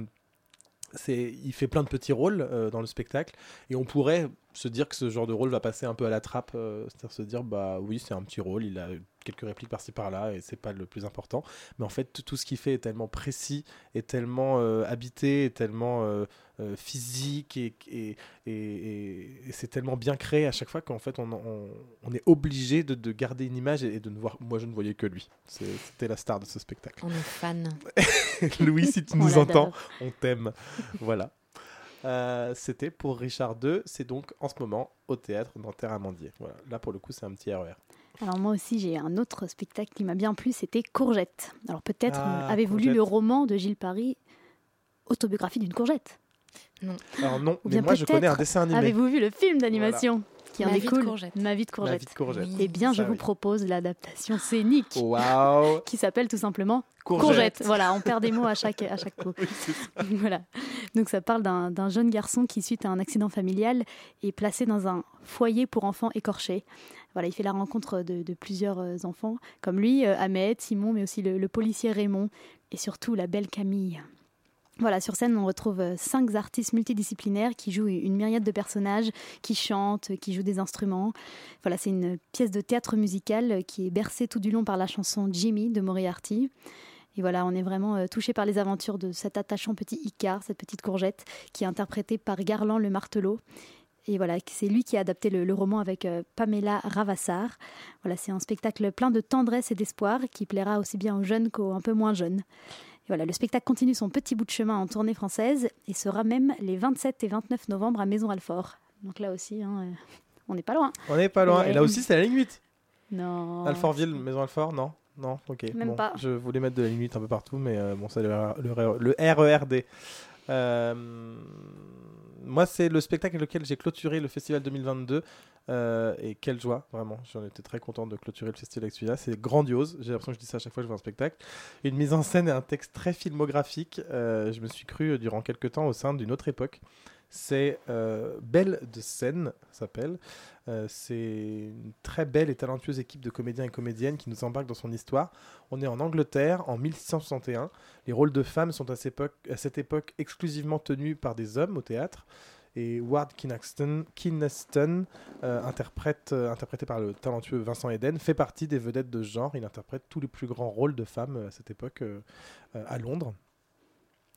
C'est, il fait plein de petits rôles euh, dans le spectacle et on pourrait se dire que ce genre de rôle va passer un peu à la trappe, euh, c'est-à-dire se dire bah oui c'est un petit rôle, il a quelques répliques par-ci par-là et c'est pas le plus important, mais en fait tout ce qu'il fait est tellement précis, est tellement euh, habité, est tellement euh, euh, physique et, et, et, et, et c'est tellement bien créé à chaque fois qu'en fait on, on, on est obligé de, de garder une image et, et de ne voir, moi je ne voyais que lui, c'est, c'était la star de ce spectacle. On est fan. Louis, si tu on nous l'adore. entends, on t'aime. Voilà. Euh, c'était pour Richard deux, c'est donc en ce moment au théâtre Nanterre-Amandier. Voilà. Là pour le coup c'est un petit R E R. Alors moi aussi j'ai un autre spectacle qui m'a bien plu, c'était Courgette. Alors peut-être Ah, euh, avez-vous lu Courgette. le roman de Gilles Paris, Autobiographie d'une courgette? Non. Alors non, Ou mais bien moi je connais un peut-être dessin animé. Avez-vous vu le film d'animation qui en Ma vie de découle, Courgette. Ma vie de Courgette. Ma vie de Courgette. Eh bien je Ça, vous oui. propose l'adaptation scénique Waouh. qui s'appelle tout simplement Courgette. Courgette. Voilà, on perd des mots à chaque, à chaque coup. Oui, c'est ça. Voilà. Donc ça parle d'un, d'un jeune garçon qui, suite à un accident familial, est placé dans un foyer pour enfants écorchés. Voilà, il fait la rencontre de, de plusieurs euh, enfants, comme lui, euh, Ahmed, Simon, mais aussi le, le policier Raymond, et surtout la belle Camille. Voilà, sur scène, on retrouve euh, cinq artistes multidisciplinaires qui jouent une myriade de personnages, qui chantent, qui jouent des instruments. Voilà, c'est une pièce de théâtre musical qui est bercée tout du long par la chanson Jimmy de Moriarty. Et voilà, on est vraiment euh, touché par les aventures de cet attachant petit Icare, cette petite courgette, qui est interprétée par Garland le Martelot. Et voilà, c'est lui qui a adapté le, le roman avec euh, Pamela Ravassar. Voilà, c'est un spectacle plein de tendresse et d'espoir qui plaira aussi bien aux jeunes qu'aux un peu moins jeunes. Et voilà, le spectacle continue son petit bout de chemin en tournée française et sera même les vingt-sept et vingt-neuf novembre à Maison-Alfort. Donc là aussi, hein, euh, on n'est pas loin. On n'est pas loin. Ouais. Et là aussi c'est la ligne huit. Non. Alfortville, Maison Alfort, non Non, ok. Même bon, pas. Je voulais mettre de la ligne huit un peu partout, mais euh, bon, c'est le, le, le R E R D. Euh, moi, c'est le spectacle avec lequel j'ai clôturé le festival deux mille vingt-deux. Euh, et quelle joie, vraiment. J'en étais très content de clôturer le festival avec celui-là. C'est grandiose. J'ai l'impression que je dis ça à chaque fois que je vois un spectacle. Une mise en scène et un texte très filmographique. Euh, je me suis cru euh, durant quelques temps au sein d'une autre époque. C'est euh, Belle de Seine, ça s'appelle. Euh, c'est une très belle et talentueuse équipe de comédiens et comédiennes qui nous embarque dans son histoire. On est en Angleterre en mille six cent soixante et un. Les rôles de femmes sont à cette époque, à cette époque exclusivement tenus par des hommes au théâtre. Et Ward Kynaston, Kynaston euh, interprète, euh, interprété par le talentueux Vincent Eden, fait partie des vedettes de ce genre. Il interprète tous les plus grands rôles de femmes euh, à cette époque euh, euh, à Londres.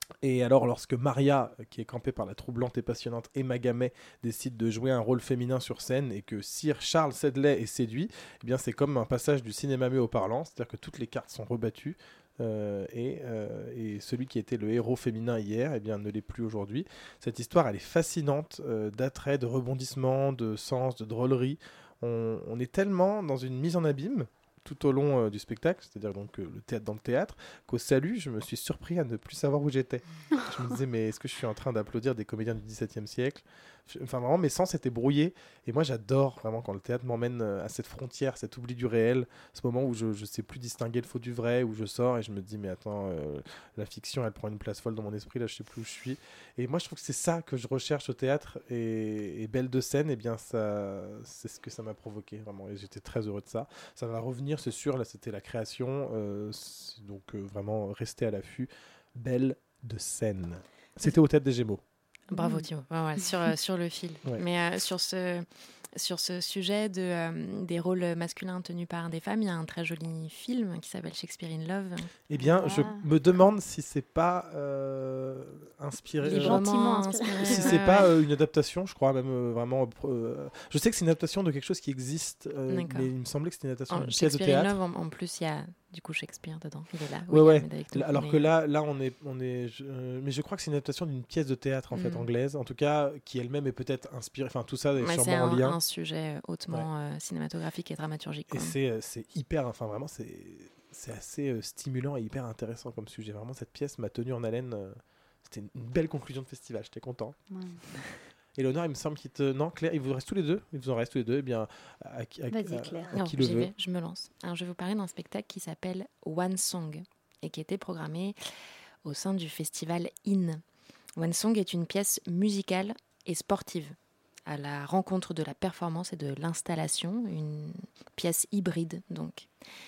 Et alors, lorsque Maria, qui est campée par la troublante et passionnante Emma Gamet, décide de jouer un rôle féminin sur scène et que Sir Charles Sedley est séduit, eh bien, c'est comme un passage du cinéma muet au parlant, c'est-à-dire que toutes les cartes sont rebattues euh, et, euh, et celui qui était le héros féminin hier eh bien, ne l'est plus aujourd'hui. Cette histoire, elle est fascinante euh, d'attrait, de rebondissement, de sens, de drôlerie. On, on est tellement dans une mise en abîme tout au long euh, du spectacle, c'est-à-dire donc euh, le théâtre dans le théâtre, qu'au salut, je me suis surpris à ne plus savoir où j'étais. Je me disais, mais est-ce que je suis en train d'applaudir des comédiens du dix-septième siècle ? Enfin, vraiment, mes sens étaient brouillés. Et moi, j'adore vraiment quand le théâtre m'emmène à cette frontière, cet oubli du réel, ce moment où je ne sais plus distinguer le faux du vrai, où je sors et je me dis, mais attends, euh, la fiction, elle prend une place folle dans mon esprit, là, je ne sais plus où je suis. Et moi, je trouve que c'est ça que je recherche au théâtre. Et, et Belle de scène, eh bien, ça, c'est ce que ça m'a provoqué, vraiment. Et j'étais très heureux de ça. Ça va revenir, c'est sûr. Là, c'était la création. Euh, donc, euh, vraiment, rester à l'affût. Belle de scène. C'était au Théâtre des Gémeaux. Bravo Thibaut, ouais, ouais, sur, euh, sur le fil. Ouais. Mais euh, sur, ce, sur ce sujet de, euh, des rôles masculins tenus par des femmes, il y a un très joli film qui s'appelle Shakespeare in Love. Eh bien, ah. je me demande si c'est pas euh, inspiré. Euh, gentiment inspiré. Si c'est pas euh, une adaptation, je crois même euh, vraiment. Euh, je sais que c'est une adaptation de quelque chose qui existe, euh, mais il me semblait que c'était une adaptation d'une pièce de théâtre. Shakespeare in Love, en, en plus, il y a du coup Shakespeare dedans. Il est là. Ouais, oui, ouais. Alors mais... que là, là, on est, on est. Je, euh, mais je crois que c'est une adaptation d'une pièce de théâtre en mm. fait anglaise, en tout cas, qui elle-même est peut-être inspirée. Enfin, tout ça est mais sûrement c'est un, en lien. C'est un sujet hautement ouais. euh, cinématographique et dramaturgique. Et c'est, c'est hyper. Enfin, vraiment, c'est, c'est assez euh, stimulant et hyper intéressant comme sujet. Vraiment, cette pièce m'a tenu en haleine. Euh, c'était une, une belle conclusion de festival. J'étais content. Ouais. Éléonore, il me semble qu'il te... Non, Claire, il vous reste tous les deux. Il vous en reste tous les deux. Eh bien, à, à, à, Vas-y, Claire. À, à, à qui non, le j'y veut. vais, je me lance. Alors, je vais vous parler d'un spectacle qui s'appelle One Song et qui était programmé au sein du festival In. One Song est une pièce musicale et sportive à la rencontre de la performance et de l'installation, une pièce hybride donc.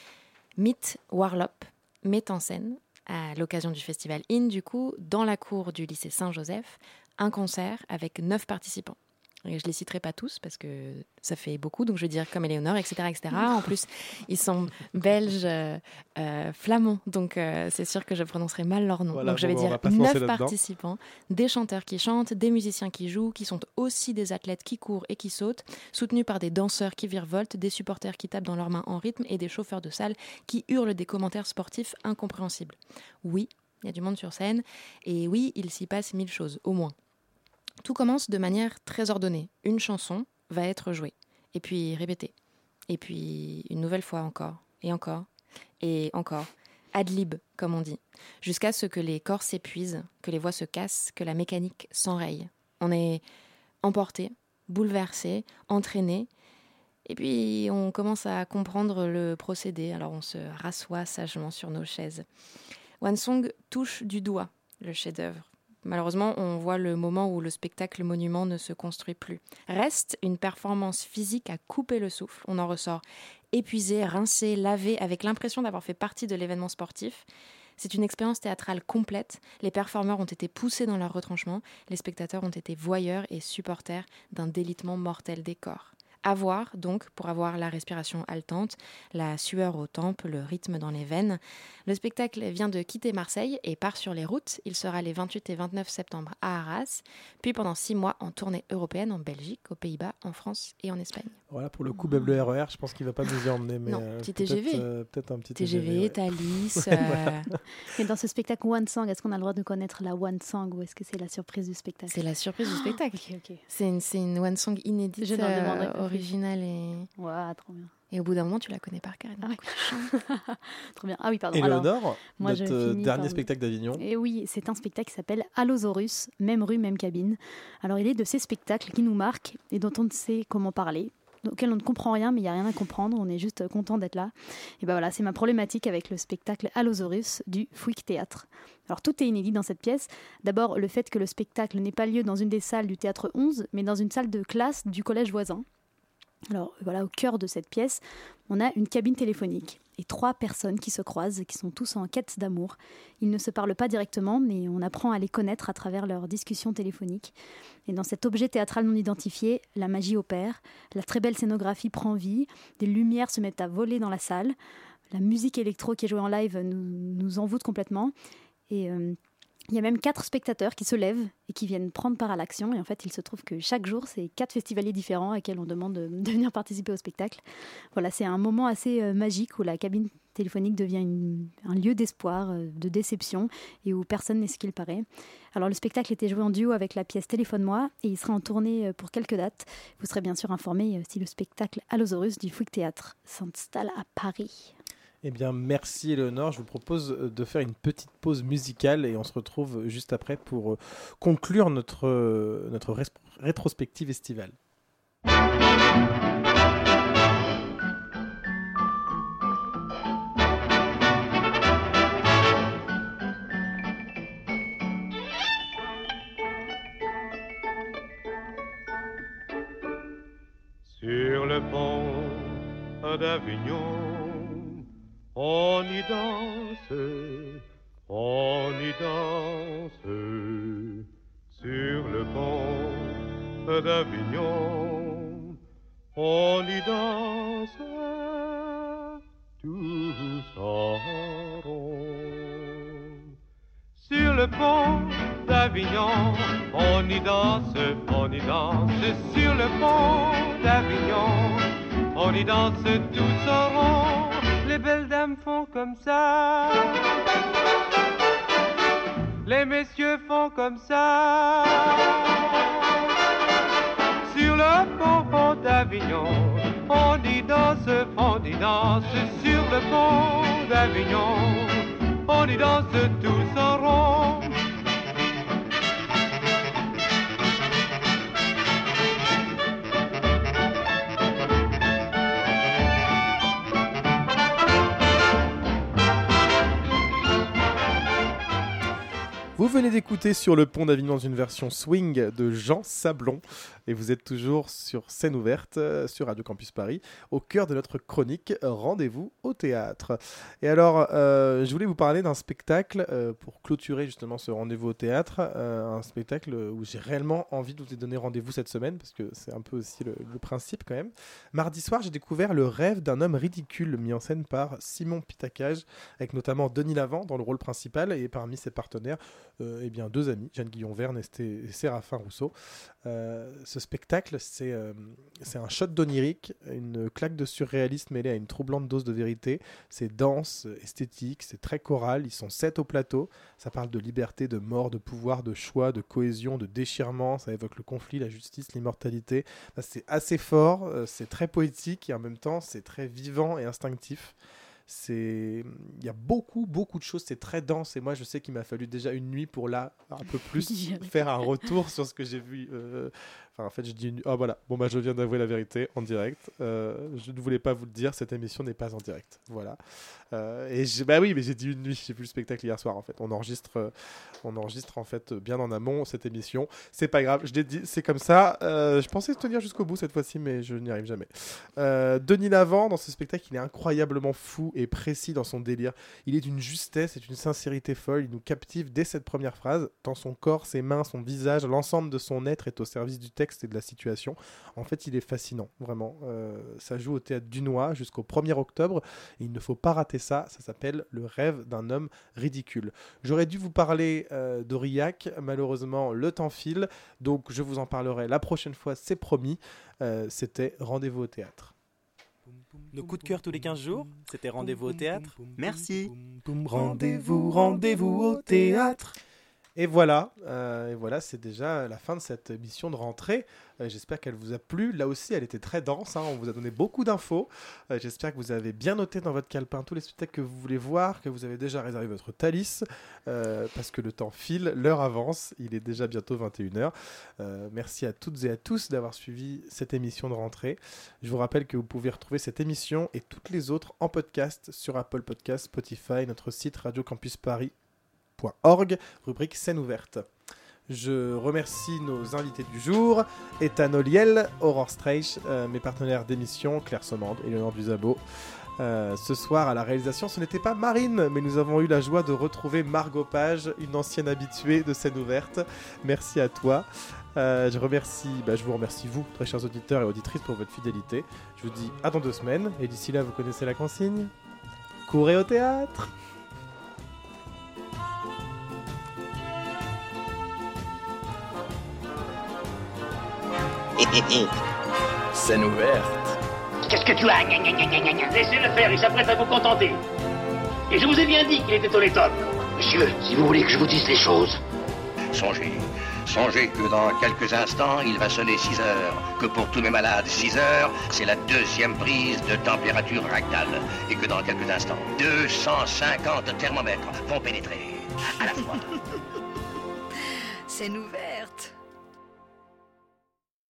Meet Warlop met en scène, à l'occasion du festival In, du coup, dans la cour du lycée Saint-Joseph, un concert avec neuf participants. Et je ne les citerai pas tous parce que ça fait beaucoup, donc je vais dire comme Éléonore, et cetera, et cetera. En plus, ils sont belges, euh, euh, flamands, donc euh, c'est sûr que je prononcerai mal leur nom. Voilà, donc je vais bon, dire neuf participants, des chanteurs qui chantent, des musiciens qui jouent, qui sont aussi des athlètes qui courent et qui sautent, soutenus par des danseurs qui virevoltent, des supporters qui tapent dans leurs mains en rythme et des chauffeurs de salle qui hurlent des commentaires sportifs incompréhensibles. Oui, il y a du monde sur scène, et oui, il s'y passe mille choses, au moins. Tout commence de manière très ordonnée. Une chanson va être jouée, et puis répétée, et puis une nouvelle fois encore, et encore, et encore. Ad lib, comme on dit, jusqu'à ce que les corps s'épuisent, que les voix se cassent, que la mécanique s'enraye. On est emporté, bouleversé, entraîné, et puis on commence à comprendre le procédé, alors on se rassoit sagement sur nos chaises. One Song touche du doigt le chef-d'œuvre. Malheureusement, on voit le moment où le spectacle monument ne se construit plus. Reste une performance physique à couper le souffle. On en ressort épuisé, rincé, lavé, avec l'impression d'avoir fait partie de l'événement sportif. C'est une expérience théâtrale complète. Les performeurs ont été poussés dans leur retranchement. Les spectateurs ont été voyeurs et supporters d'un délitement mortel des corps. À voir, donc, pour avoir la respiration haletante, la sueur aux tempes, le rythme dans les veines. Le spectacle vient de quitter Marseille et part sur les routes. Il sera les vingt-huit et vingt-neuf septembre à Arras, puis pendant six mois en tournée européenne, en Belgique, aux Pays-Bas, en France et en Espagne. Voilà, pour le coup, même le R E R, je pense qu'il ne va pas nous y emmener. Mais non, euh, petit T T G V. Euh, peut-être un petit T G V, T G V, ouais. Thalys. Euh... Voilà. Et dans ce spectacle One Song, est-ce qu'on a le droit de connaître la One Song ou est-ce que c'est la surprise du spectacle ? C'est la surprise du spectacle. Okay, okay. C'est, une, c'est une One Song inédite, Je euh, originale et... Ouais, trop bien. Et au bout d'un moment, tu la connais par cœur. Ah, ouais. Trop bien. Ah oui, pardon. Éléonore, moi, notre dernier par... spectacle d'Avignon. Et oui, c'est un spectacle qui s'appelle Allosaurus, même rue, même cabine. Alors, il est de ces spectacles qui nous marquent et dont on ne sait comment parler, auquel on ne comprend rien, mais il n'y a rien à comprendre, on est juste content d'être là. Et ben voilà, c'est ma problématique avec le spectacle Allosaurus du Fouic Théâtre. Alors tout est inédit dans cette pièce. D'abord, le fait que le spectacle n'ait pas lieu dans une des salles du Théâtre onze, mais dans une salle de classe du collège voisin. Alors voilà, au cœur de cette pièce, on a une cabine téléphonique et trois personnes qui se croisent, qui sont tous en quête d'amour. Ils ne se parlent pas directement, mais on apprend à les connaître à travers leurs discussions téléphoniques. Et dans cet objet théâtral non identifié, la magie opère, la très belle scénographie prend vie, des lumières se mettent à voler dans la salle, la musique électro qui est jouée en live nous, nous envoûte complètement. Et... Euh, Il y a même quatre spectateurs qui se lèvent et qui viennent prendre part à l'action. Et en fait, il se trouve que chaque jour, c'est quatre festivaliers différents à qui on demande de, de venir participer au spectacle. Voilà, c'est un moment assez euh, magique où la cabine téléphonique devient une, un lieu d'espoir, euh, de déception et où personne n'est ce qu'il paraît. Alors, le spectacle était joué en duo avec la pièce Téléphone-moi et il sera en tournée euh, pour quelques dates. Vous serez bien sûr informé euh, si le spectacle Allosaurus du Fouic Théâtre s'installe à Paris. Eh bien, merci Éléonore. Je vous propose de faire une petite pause musicale et on se retrouve juste après pour conclure notre, notre res- rétrospective estivale. Sur le pont d'Avignon, on y danse, on y danse. Sur le pont d'Avignon, on y danse, tous en rond. Sur le pont d'Avignon, on y danse, on y danse. Sur le pont d'Avignon, on y danse tous en rond. Les belles dames font comme ça, les messieurs font comme ça. Sur le pont d'Avignon, on y danse, on y danse. Sur le pont d'Avignon, on y danse tous en rond. Vous venez d'écouter Sur le pont d'Avignon dans une version swing de Jean Sablon et vous êtes toujours sur Scène ouverte euh, sur Radio Campus Paris au cœur de notre chronique Rendez-vous au théâtre. Et alors, euh, je voulais vous parler d'un spectacle euh, pour clôturer justement ce Rendez-vous au théâtre, euh, un spectacle où j'ai réellement envie de vous donner rendez-vous cette semaine parce que c'est un peu aussi le, le principe quand même. Mardi soir, j'ai découvert Le rêve d'un homme ridicule mis en scène par Simon Pitacage avec notamment Denis Lavant dans le rôle principal et parmi ses partenaires Euh, eh bien, deux amis, Jeanne Guillon-Verne et, Sté- et Séraphin Rousseau. Euh, ce spectacle, c'est, euh, c'est un shot d'onirique, une claque de surréalisme mêlée à une troublante dose de vérité. C'est dense, esthétique, c'est très choral. Ils sont sept au plateau. Ça parle de liberté, de mort, de pouvoir, de choix, de cohésion, de déchirement. Ça évoque le conflit, la justice, l'immortalité. Enfin, c'est assez fort, euh, c'est très poétique et en même temps, c'est très vivant et instinctif. C'est... Il y a beaucoup, beaucoup de choses, c'est très dense et moi je sais qu'il m'a fallu déjà une nuit pour là un peu plus faire un retour sur ce que j'ai vu. Euh... Enfin en fait je dis une... oh voilà, bon bah je viens d'avouer la vérité en direct. Euh, je ne voulais pas vous le dire, cette émission n'est pas en direct. Voilà. Euh, et j'ai... bah oui mais j'ai dit une nuit, j'ai vu le spectacle hier soir en fait. On enregistre, euh... on enregistre en fait bien en amont cette émission. C'est pas grave, je l'ai dit, c'est comme ça. Euh, je pensais tenir jusqu'au bout cette fois-ci mais je n'y arrive jamais. Euh, Denis Lavant dans ce spectacle il est incroyablement fou et précis dans son délire. Il est d'une justesse et d'une sincérité folle. Il nous captive dès cette première phrase. Tant son corps, ses mains, son visage, l'ensemble de son être est au service du texte et de la situation. En fait, il est fascinant, vraiment. Euh, ça joue au Théâtre Dunois jusqu'au premier octobre. Et il ne faut pas rater ça. Ça s'appelle Le rêve d'un homme ridicule. J'aurais d'y vous parler euh, d'Aurillac. Malheureusement, le temps file. Donc, je vous en parlerai la prochaine fois, c'est promis. Euh, c'était Rendez-vous au théâtre. Nos coups de cœur tous les quinze jours, c'était Rendez-vous au théâtre. Merci. Rendez-vous, rendez-vous au théâtre. Et voilà, euh, et voilà, c'est déjà la fin de cette émission de rentrée. Euh, j'espère qu'elle vous a plu. Là aussi, elle était très dense. Hein, on vous a donné beaucoup d'infos. Euh, j'espère que vous avez bien noté dans votre calepin tous les spectacles que vous voulez voir, que vous avez déjà réservé votre Thalys, euh, parce que le temps file, l'heure avance. Il est déjà bientôt vingt et une heures. Euh, merci à toutes et à tous d'avoir suivi cette émission de rentrée. Je vous rappelle que vous pouvez retrouver cette émission et toutes les autres en podcast sur Apple Podcasts, Spotify, notre site radio campus paris point org, rubrique Scène ouverte. Je remercie nos invités du jour, Ethan Oliel, Aurore Streich, euh, mes partenaires d'émission, Claire Sommande et Léonore Duzabo. Euh, ce soir, à la réalisation, ce n'était pas Marine, mais nous avons eu la joie de retrouver Margot Page, une ancienne habituée de Scène ouverte. Merci à toi. Euh, je remercie, bah, je vous remercie vous, très chers auditeurs et auditrices, pour votre fidélité. Je vous dis à dans deux semaines, et d'ici là, vous connaissez la consigne. Courez au théâtre! Scène ouverte. Qu'est-ce que tu as? Gna, gna, gna, gna, gna, gna. Laissez-le faire, il s'apprête à vous contenter. Et je vous ai bien dit qu'il était honnête homme. Monsieur, si vous voulez que je vous dise les choses. Songez, songez que dans quelques instants, il va sonner six heures. Que pour tous mes malades, six heures, c'est la deuxième prise de température rectale. Et que dans quelques instants, deux cent cinquante thermomètres vont pénétrer à la fois. Scène ouverte.